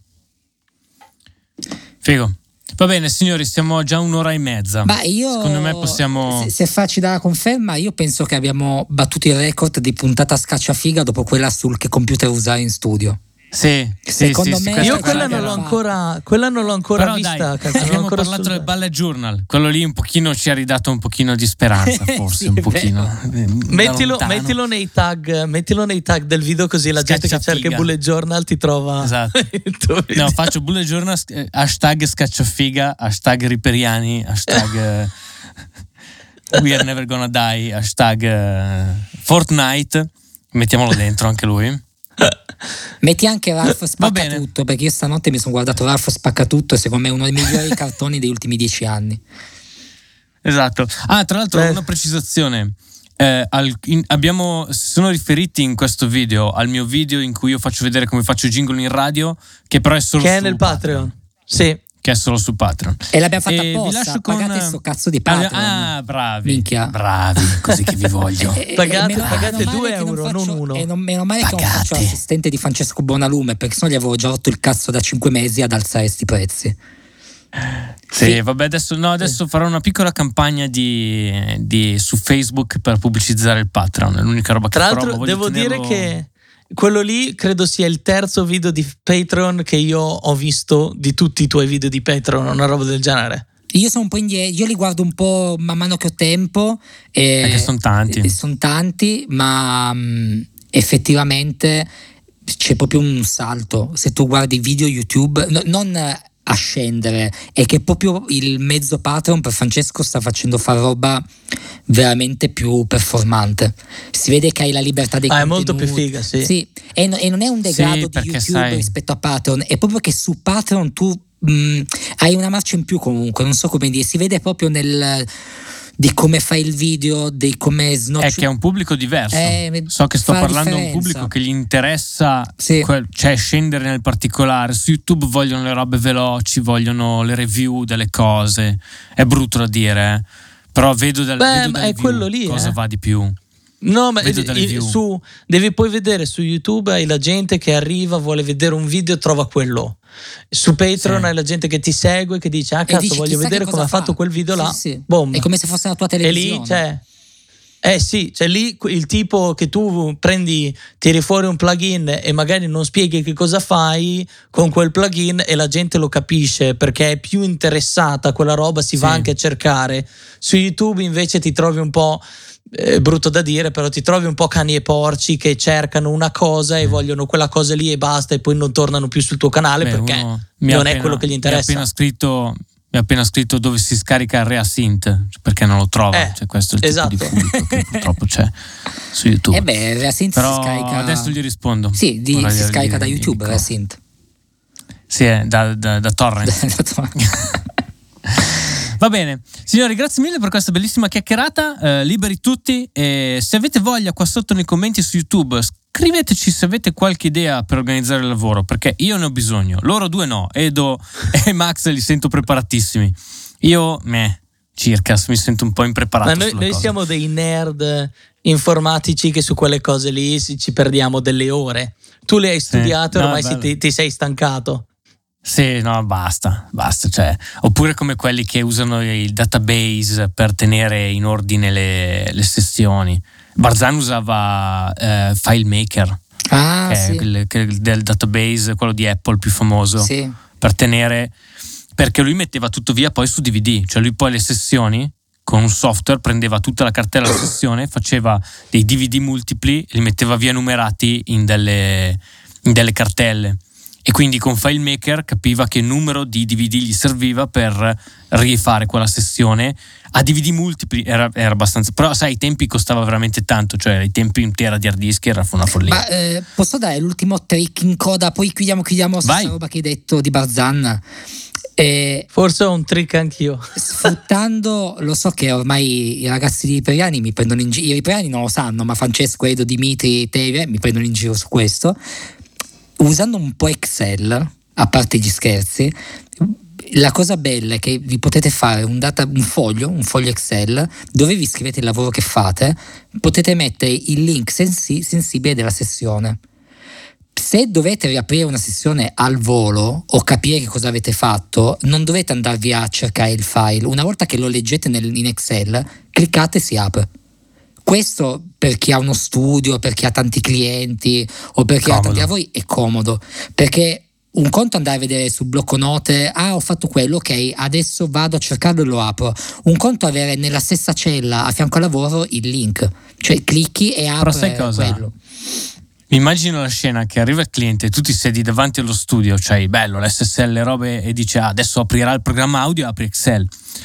Figo. Va bene, signori, stiamo già un'ora e mezza. Ma io, Secondo me possiamo. se, se facci dare la conferma, io penso che abbiamo battuto il record di puntata scacciafiga dopo quella sul che computer usare in studio. Sì, sì, Secondo sì, sì, me- questa Io quella guarda, non l'ho era- ancora, quella non l'ho ancora Però vista. dai, cazzo, non l'ho abbiamo ancora parlato sul- del Bullet Journal, quello lì un pochino ci ha ridato un pochino di speranza, forse Sì, un è pochino. eh, da Mettilo, lontano. mettilo nei tag, mettilo nei tag del video, così la gente che cerca Scacciafiga. il bullet journal ti trova. Esatto. il tuo No, video. faccio Bullet Journal, eh, hashtag scacciafiga, hashtag riperiani, hashtag eh, we are never gonna die, hashtag eh, Fortnite, mettiamolo dentro anche lui. Metti anche Ralph Va Spacca bene. Tutto, perché io stanotte mi sono guardato Ralph Spacca Tutto e secondo me è uno dei migliori cartoni degli ultimi dieci anni. Esatto. Ah, tra l'altro Beh. una precisazione. Eh, al- in- abbiamo, si sono riferiti in questo video al mio video in cui io faccio vedere come faccio i jingle in radio, che però è solo Che è su nel Patreon. Sì. Che è solo su Patreon. E l'abbiamo fatta E vi apposta, lascio con- pagate sto cazzo di Ah, Patreon. Ah, bravi. Minchia. Bravi, così che vi voglio. E- e- Pagate- e meno- pagate meno male due che euro, faccio- non uno. E non, meno male che non Pagate. faccio l'assistente di Francesco Buonalume, perché sennò gli avevo già rotto il cazzo da cinque mesi ad alzare sti prezzi. Sì, Sì. vabbè, adesso, no, adesso farò una piccola campagna di, di- su Facebook per pubblicizzare il Patreon. È l'unica roba che Tra farò. l'altro, ma voglio devo tenerlo- dire che quello lì credo sia il terzo video di Patreon che io ho visto di tutti i tuoi video di Patreon, una roba del genere. Io sono un po' indietro, io li guardo un po' man mano che ho tempo. E, Perché son tanti. Sono tanti, ma mh, effettivamente c'è proprio un salto. Se tu guardi video YouTube, no- non a scendere, è che proprio il mezzo Patreon per Francesco sta facendo fare roba veramente più performante. Si vede che hai la libertà dei Ah, è contenuti. molto più figa, sì. Sì, e, no- e non è un degrado Sì, di perché YouTube sai- rispetto a Patreon, è proprio che su Patreon tu mh, hai una marcia in più comunque, non so come dire, si vede proprio nel di come fai il video, di come È snocci. che è un pubblico diverso. Eh, so che sto fa la parlando a un differenza. pubblico che gli interessa, Sì. quel- cioè scendere nel particolare. Su YouTube vogliono le robe veloci, vogliono le review delle cose. È brutto da dire, eh. Però vedo, dal, Beh, vedo ma dalle è view quello lì, cosa eh. va di più. No, ma Vedo dalle i- view. su, devi poi vedere su YouTube, hai la gente che arriva, vuole vedere un video e trova quello. Su Patreon Sì. hai la gente che ti segue, che dice: ah, E cazzo, dici, voglio chissà vedere che come ha cosa fatto fa. quel video Sì, là. sì. Boom. È come se fosse la tua E televisione. lì c'è. Eh sì, cioè lì il tipo che tu prendi, tiri fuori un plugin e magari non spieghi che cosa fai con quel plugin e la gente lo capisce perché è più interessata a quella roba, si Sì. va anche a cercare. Su YouTube invece ti trovi un po', eh, brutto da dire, però ti trovi un po' cani e porci che cercano una cosa e vogliono quella cosa lì e basta e poi non tornano più sul tuo canale. Beh, perché uno mi ha non è appena- quello che gli Mi ha interessa. appena scritto, mi ha appena scritto dove si scarica il Reasynth, perché non lo trova. Eh, Cioè, questo è il esatto. tipo di furto che purtroppo c'è su YouTube. Eh beh, Reasynth Però si scarica. adesso gli rispondo. Sì, di- Ora si gli- scarica gli- da gli YouTube dico. Reasynth. Sì, eh, da, da, da torrent. Va bene, signori, grazie mille per questa bellissima chiacchierata. Eh, liberi tutti. E se avete voglia, qua sotto nei commenti su YouTube, scriveteci se avete qualche idea per organizzare il lavoro, perché io ne ho bisogno. Loro due no, Edo e Max li sento preparatissimi. Io, meh, circa, mi sento un po' impreparato. Ma noi, sulla noi cosa. siamo dei nerd informatici che su quelle cose lì si- ci perdiamo delle ore. Tu le hai studiate, No, ormai è si- bello. ti, ti sei stancato. Sì, no, basta, basta. Cioè, oppure come quelli che usano il database per tenere in ordine le, le sessioni. Barzan usava eh, FileMaker, Ah, che è sì. quel- che è del database, quello di Apple più famoso, Sì. per tenere, perché lui metteva tutto via poi su D V D, cioè lui poi le sessioni con un software prendeva tutta la cartella della sessione, faceva dei D V D multipli, li metteva via numerati in delle, in delle cartelle. E quindi con FileMaker capiva che numero di D V D gli serviva per rifare quella sessione. A D V D multipli era, era abbastanza, però sai, ai tempi costava veramente tanto, cioè ai tempi un tera di hard disk era una follia. Ma eh, posso dare l'ultimo trick in coda, poi chiudiamo, chiudiamo su Vai. questa roba che hai detto di Barzan. Eh, Forse ho un trick anch'io. sfruttando, lo so che ormai i ragazzi di Ripriani mi prendono in giro, i Ripriani non lo sanno, ma Francesco, Edo, Dimitri, Teve mi prendono in giro su questo. Usando un po' Excel, a parte gli scherzi, la cosa bella è che vi potete fare un, data, un foglio, un foglio Excel, dove vi scrivete il lavoro che fate, potete mettere il link sensi- sensibile della sessione. Se dovete riaprire una sessione al volo o capire che cosa avete fatto, non dovete andarvi a cercare il file. Una volta che lo leggete nel, in Excel, cliccate e si apre. Questo per chi ha uno studio, per chi ha tanti clienti o per chi Comodo. ha tanti lavori è comodo, perché un conto è andare a vedere sul blocco note, ah ho fatto quello, ok, adesso vado a cercarlo e lo apro. Un conto è avere nella stessa cella a fianco al lavoro il link, cioè clicchi e apre sai cosa? quello. Mi immagino la scena che arriva il cliente, tu ti siedi davanti allo studio, c'hai bello l'S S L robe e dice ah, adesso aprirà il programma audio, apri Excel.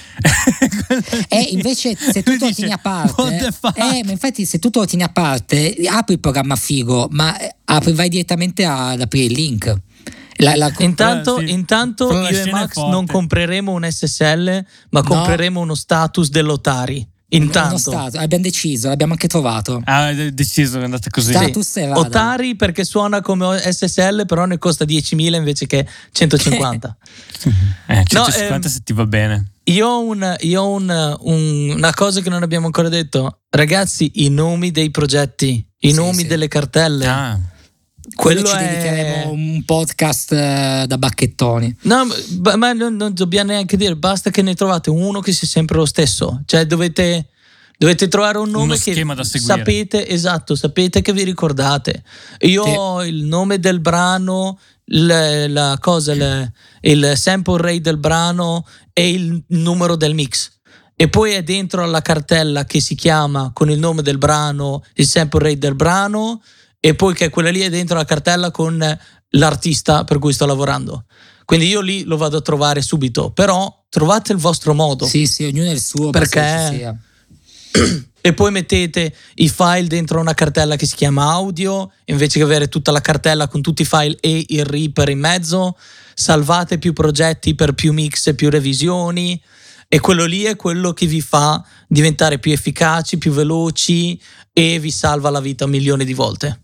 E invece se tu Lui te lo dice, tieni a "What parte, the fuck?" eh, ma infatti se tu te lo tieni a parte, apri il programma figo, ma eh, apri, vai direttamente ad aprire il link. La, la, Intanto, Eh, sì. intanto Però la io e scena è Max forte. non compreremo un S S L, ma compreremo uno status dell'Otari. uno Intanto. stato, abbiamo deciso, l'abbiamo anche trovato. Ah, è deciso che è andata così. Status. Tu sei vada. Otari perché suona come S S L, però ne costa diecimila invece che centocinquanta. Eh, centocinquanta ehm, se ti va bene. Io ho, un, io ho un- un- una cosa che non abbiamo ancora detto. Ragazzi, i nomi dei progetti, i Sì, nomi sì. delle cartelle. Ah, Quello, quello ci è- dedicheremo un podcast eh, da bacchettoni. No, ma ma non, non dobbiamo neanche dire, basta che ne trovate uno che sia sempre lo stesso. Cioè dovete, dovete trovare un nome Uno che schema da seguire. sapete, esatto, sapete che vi ricordate. Io Sì. ho il nome del brano, il, la cosa, il, il sample rate del brano e il numero del mix. E poi è dentro alla cartella che si chiama con il nome del brano, il sample rate del brano, e poi che quella lì è dentro la cartella con l'artista per cui sto lavorando. Quindi io lì lo vado a trovare subito, però trovate il vostro modo. Sì, sì, ognuno ha il suo. Perché- basta che ci sia. E poi mettete i file dentro una cartella che si chiama audio, invece che avere tutta la cartella con tutti i file e il Reaper in mezzo. Salvate più progetti per più mix e più revisioni, e quello lì è quello che vi fa diventare più efficaci, più veloci, e vi salva la vita milioni di volte.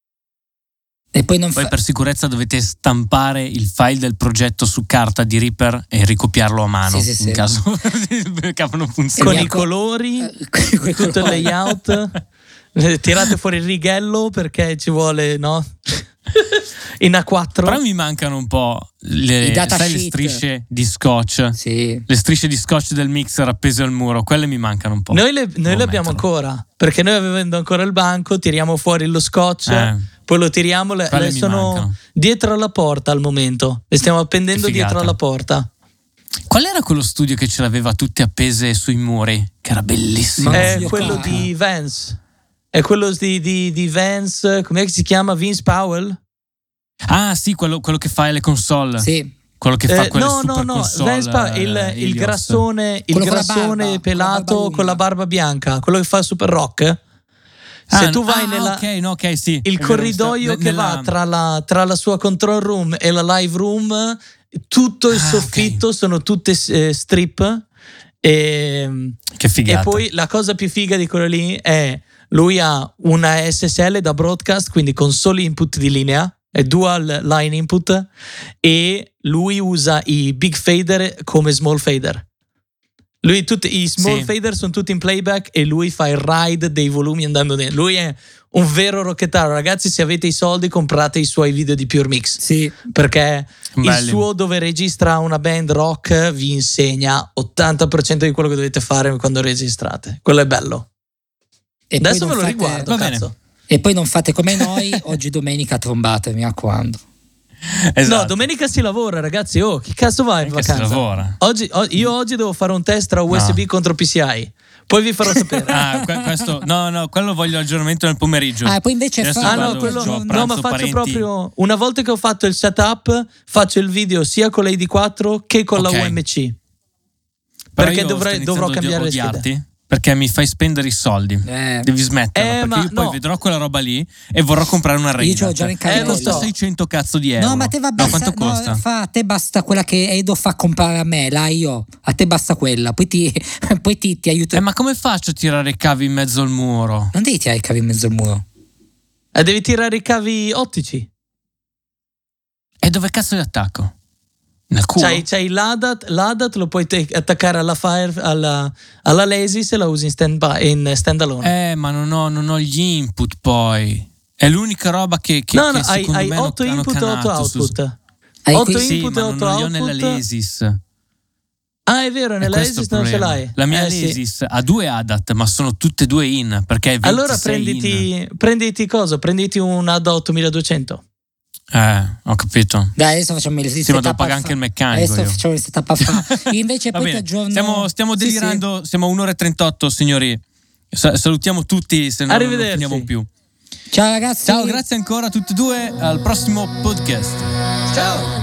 E poi non poi fa- per sicurezza dovete stampare il file del progetto su carta di Reaper e ricopiarlo a mano, Sì, sì, sì. in caso il capo non funziona. Con mi i acco- colori, Eh, quei tutto il colori. layout, eh, tirate fuori il righello perché ci vuole, no? in A quattro. Però mi mancano un po' le, sai, le strisce di scotch. Sì. Le strisce di scotch del mixer appese al muro, quelle mi mancano un po'. Noi le, noi le abbiamo ancora, perché noi avendo ancora il banco tiriamo fuori lo scotch, eh. poi lo tiriamo, le, le sono mancano. Dietro alla porta al momento, le stiamo appendendo dietro alla porta. Qual era quello studio che ce l'aveva tutte appese sui muri? Che era bellissimo. È quello cara. di Vance. È quello di, di, di Vance, com'è che si chiama? Vince Powell? Ah sì, quello, quello che fa le console. Sì. Quello che fa eh, quelle no, super no, no, console, Vance Powell, il, eh, il grassone, il grassone barba, pelato con la, con la barba bianca, quello che fa il super rock. Se ah, tu vai ah, nella, okay, no, okay, sì, il corridoio che nella... va tra la, tra la sua control room e la live room, tutto il ah, soffitto okay. sono tutte eh, strip. E, che figata. E poi la cosa più figa di quello lì è lui ha una S S L da broadcast, quindi con soli input di linea, è dual line input, e lui usa i big fader come small fader. Lui tutti i small sì. fader sono tutti in playback e lui fa il ride dei volumi andando dentro. Lui è un vero rockettaro, ragazzi. Se avete i soldi comprate i suoi video di Pure Mix, sì. perché belli. Il suo, dove registra una band rock, vi insegna ottanta per cento di quello che dovete fare quando registrate. Quello è bello. E adesso me lo fate... riguardo, cazzo. E poi non fate come noi oggi domenica trombate, mi raccomando. Esatto. No, domenica si lavora, ragazzi. Oh, che cazzo vai in vacanza? Si lavora. Oggi, o- io oggi devo fare un test tra U S B no. contro P C I. Poi vi farò sapere. Ah, questo, no, no, quello voglio aggiornamento nel pomeriggio. Ah, poi invece fa... ah, no, quello, no, ma faccio parenti. proprio una volta che ho fatto il setup, faccio il video sia con l'A D quattro che con okay. la U M C. Però perché dovrei, dovrò cambiare le schede. Perché mi fai spendere i soldi. Eh. Devi smetterla. Eh, perché io poi no. vedrò quella roba lì e vorrò comprare una Ray. Io c'ho già in eh, costa seicento cazzo di euro. No, ma a te va basta, no, quanto costa? No, fa, a te basta quella che Edo fa comprare a me, la io. A te basta quella. Poi ti, poi ti, ti aiuto. Eh, ma come faccio a tirare i cavi in mezzo al muro? Non devi tirare i cavi in mezzo al muro. Eh, devi tirare i cavi ottici. E dove cazzo li attacco? Nel culo? C'hai, c'hai l'A D A T, l'A D A T lo puoi te- attaccare alla Fire, alla, alla Lazy se la usi in, stand by, in standalone. Eh, ma non ho, non ho gli input poi. È l'unica roba che, che, no, che no, hai, hai otto input e otto output. Hai otto sì, input e otto output. Non li ho nella Lasis. Ah, è vero, nella Lasis non ce l'hai. La mia eh, Lasis sì. ha due A D A T, ma sono tutte e due in. Perché è allora prenditi, in. prenditi cosa? Prenditi un A D A ottomiladuecento. Eh, ho capito. Dai, adesso facciamo il sì, ma devo pagare anche il meccanico. Adesso io. facciamo il setup a fa. Invece poi ti aggiorno. Stiamo, stiamo delirando, sì, sì. Siamo a un'ora e trentotto, signori. Salutiamo tutti, se no non finiamo più. Ciao ragazzi. Ciao, grazie ancora a tutti e due. Al prossimo podcast. Ciao.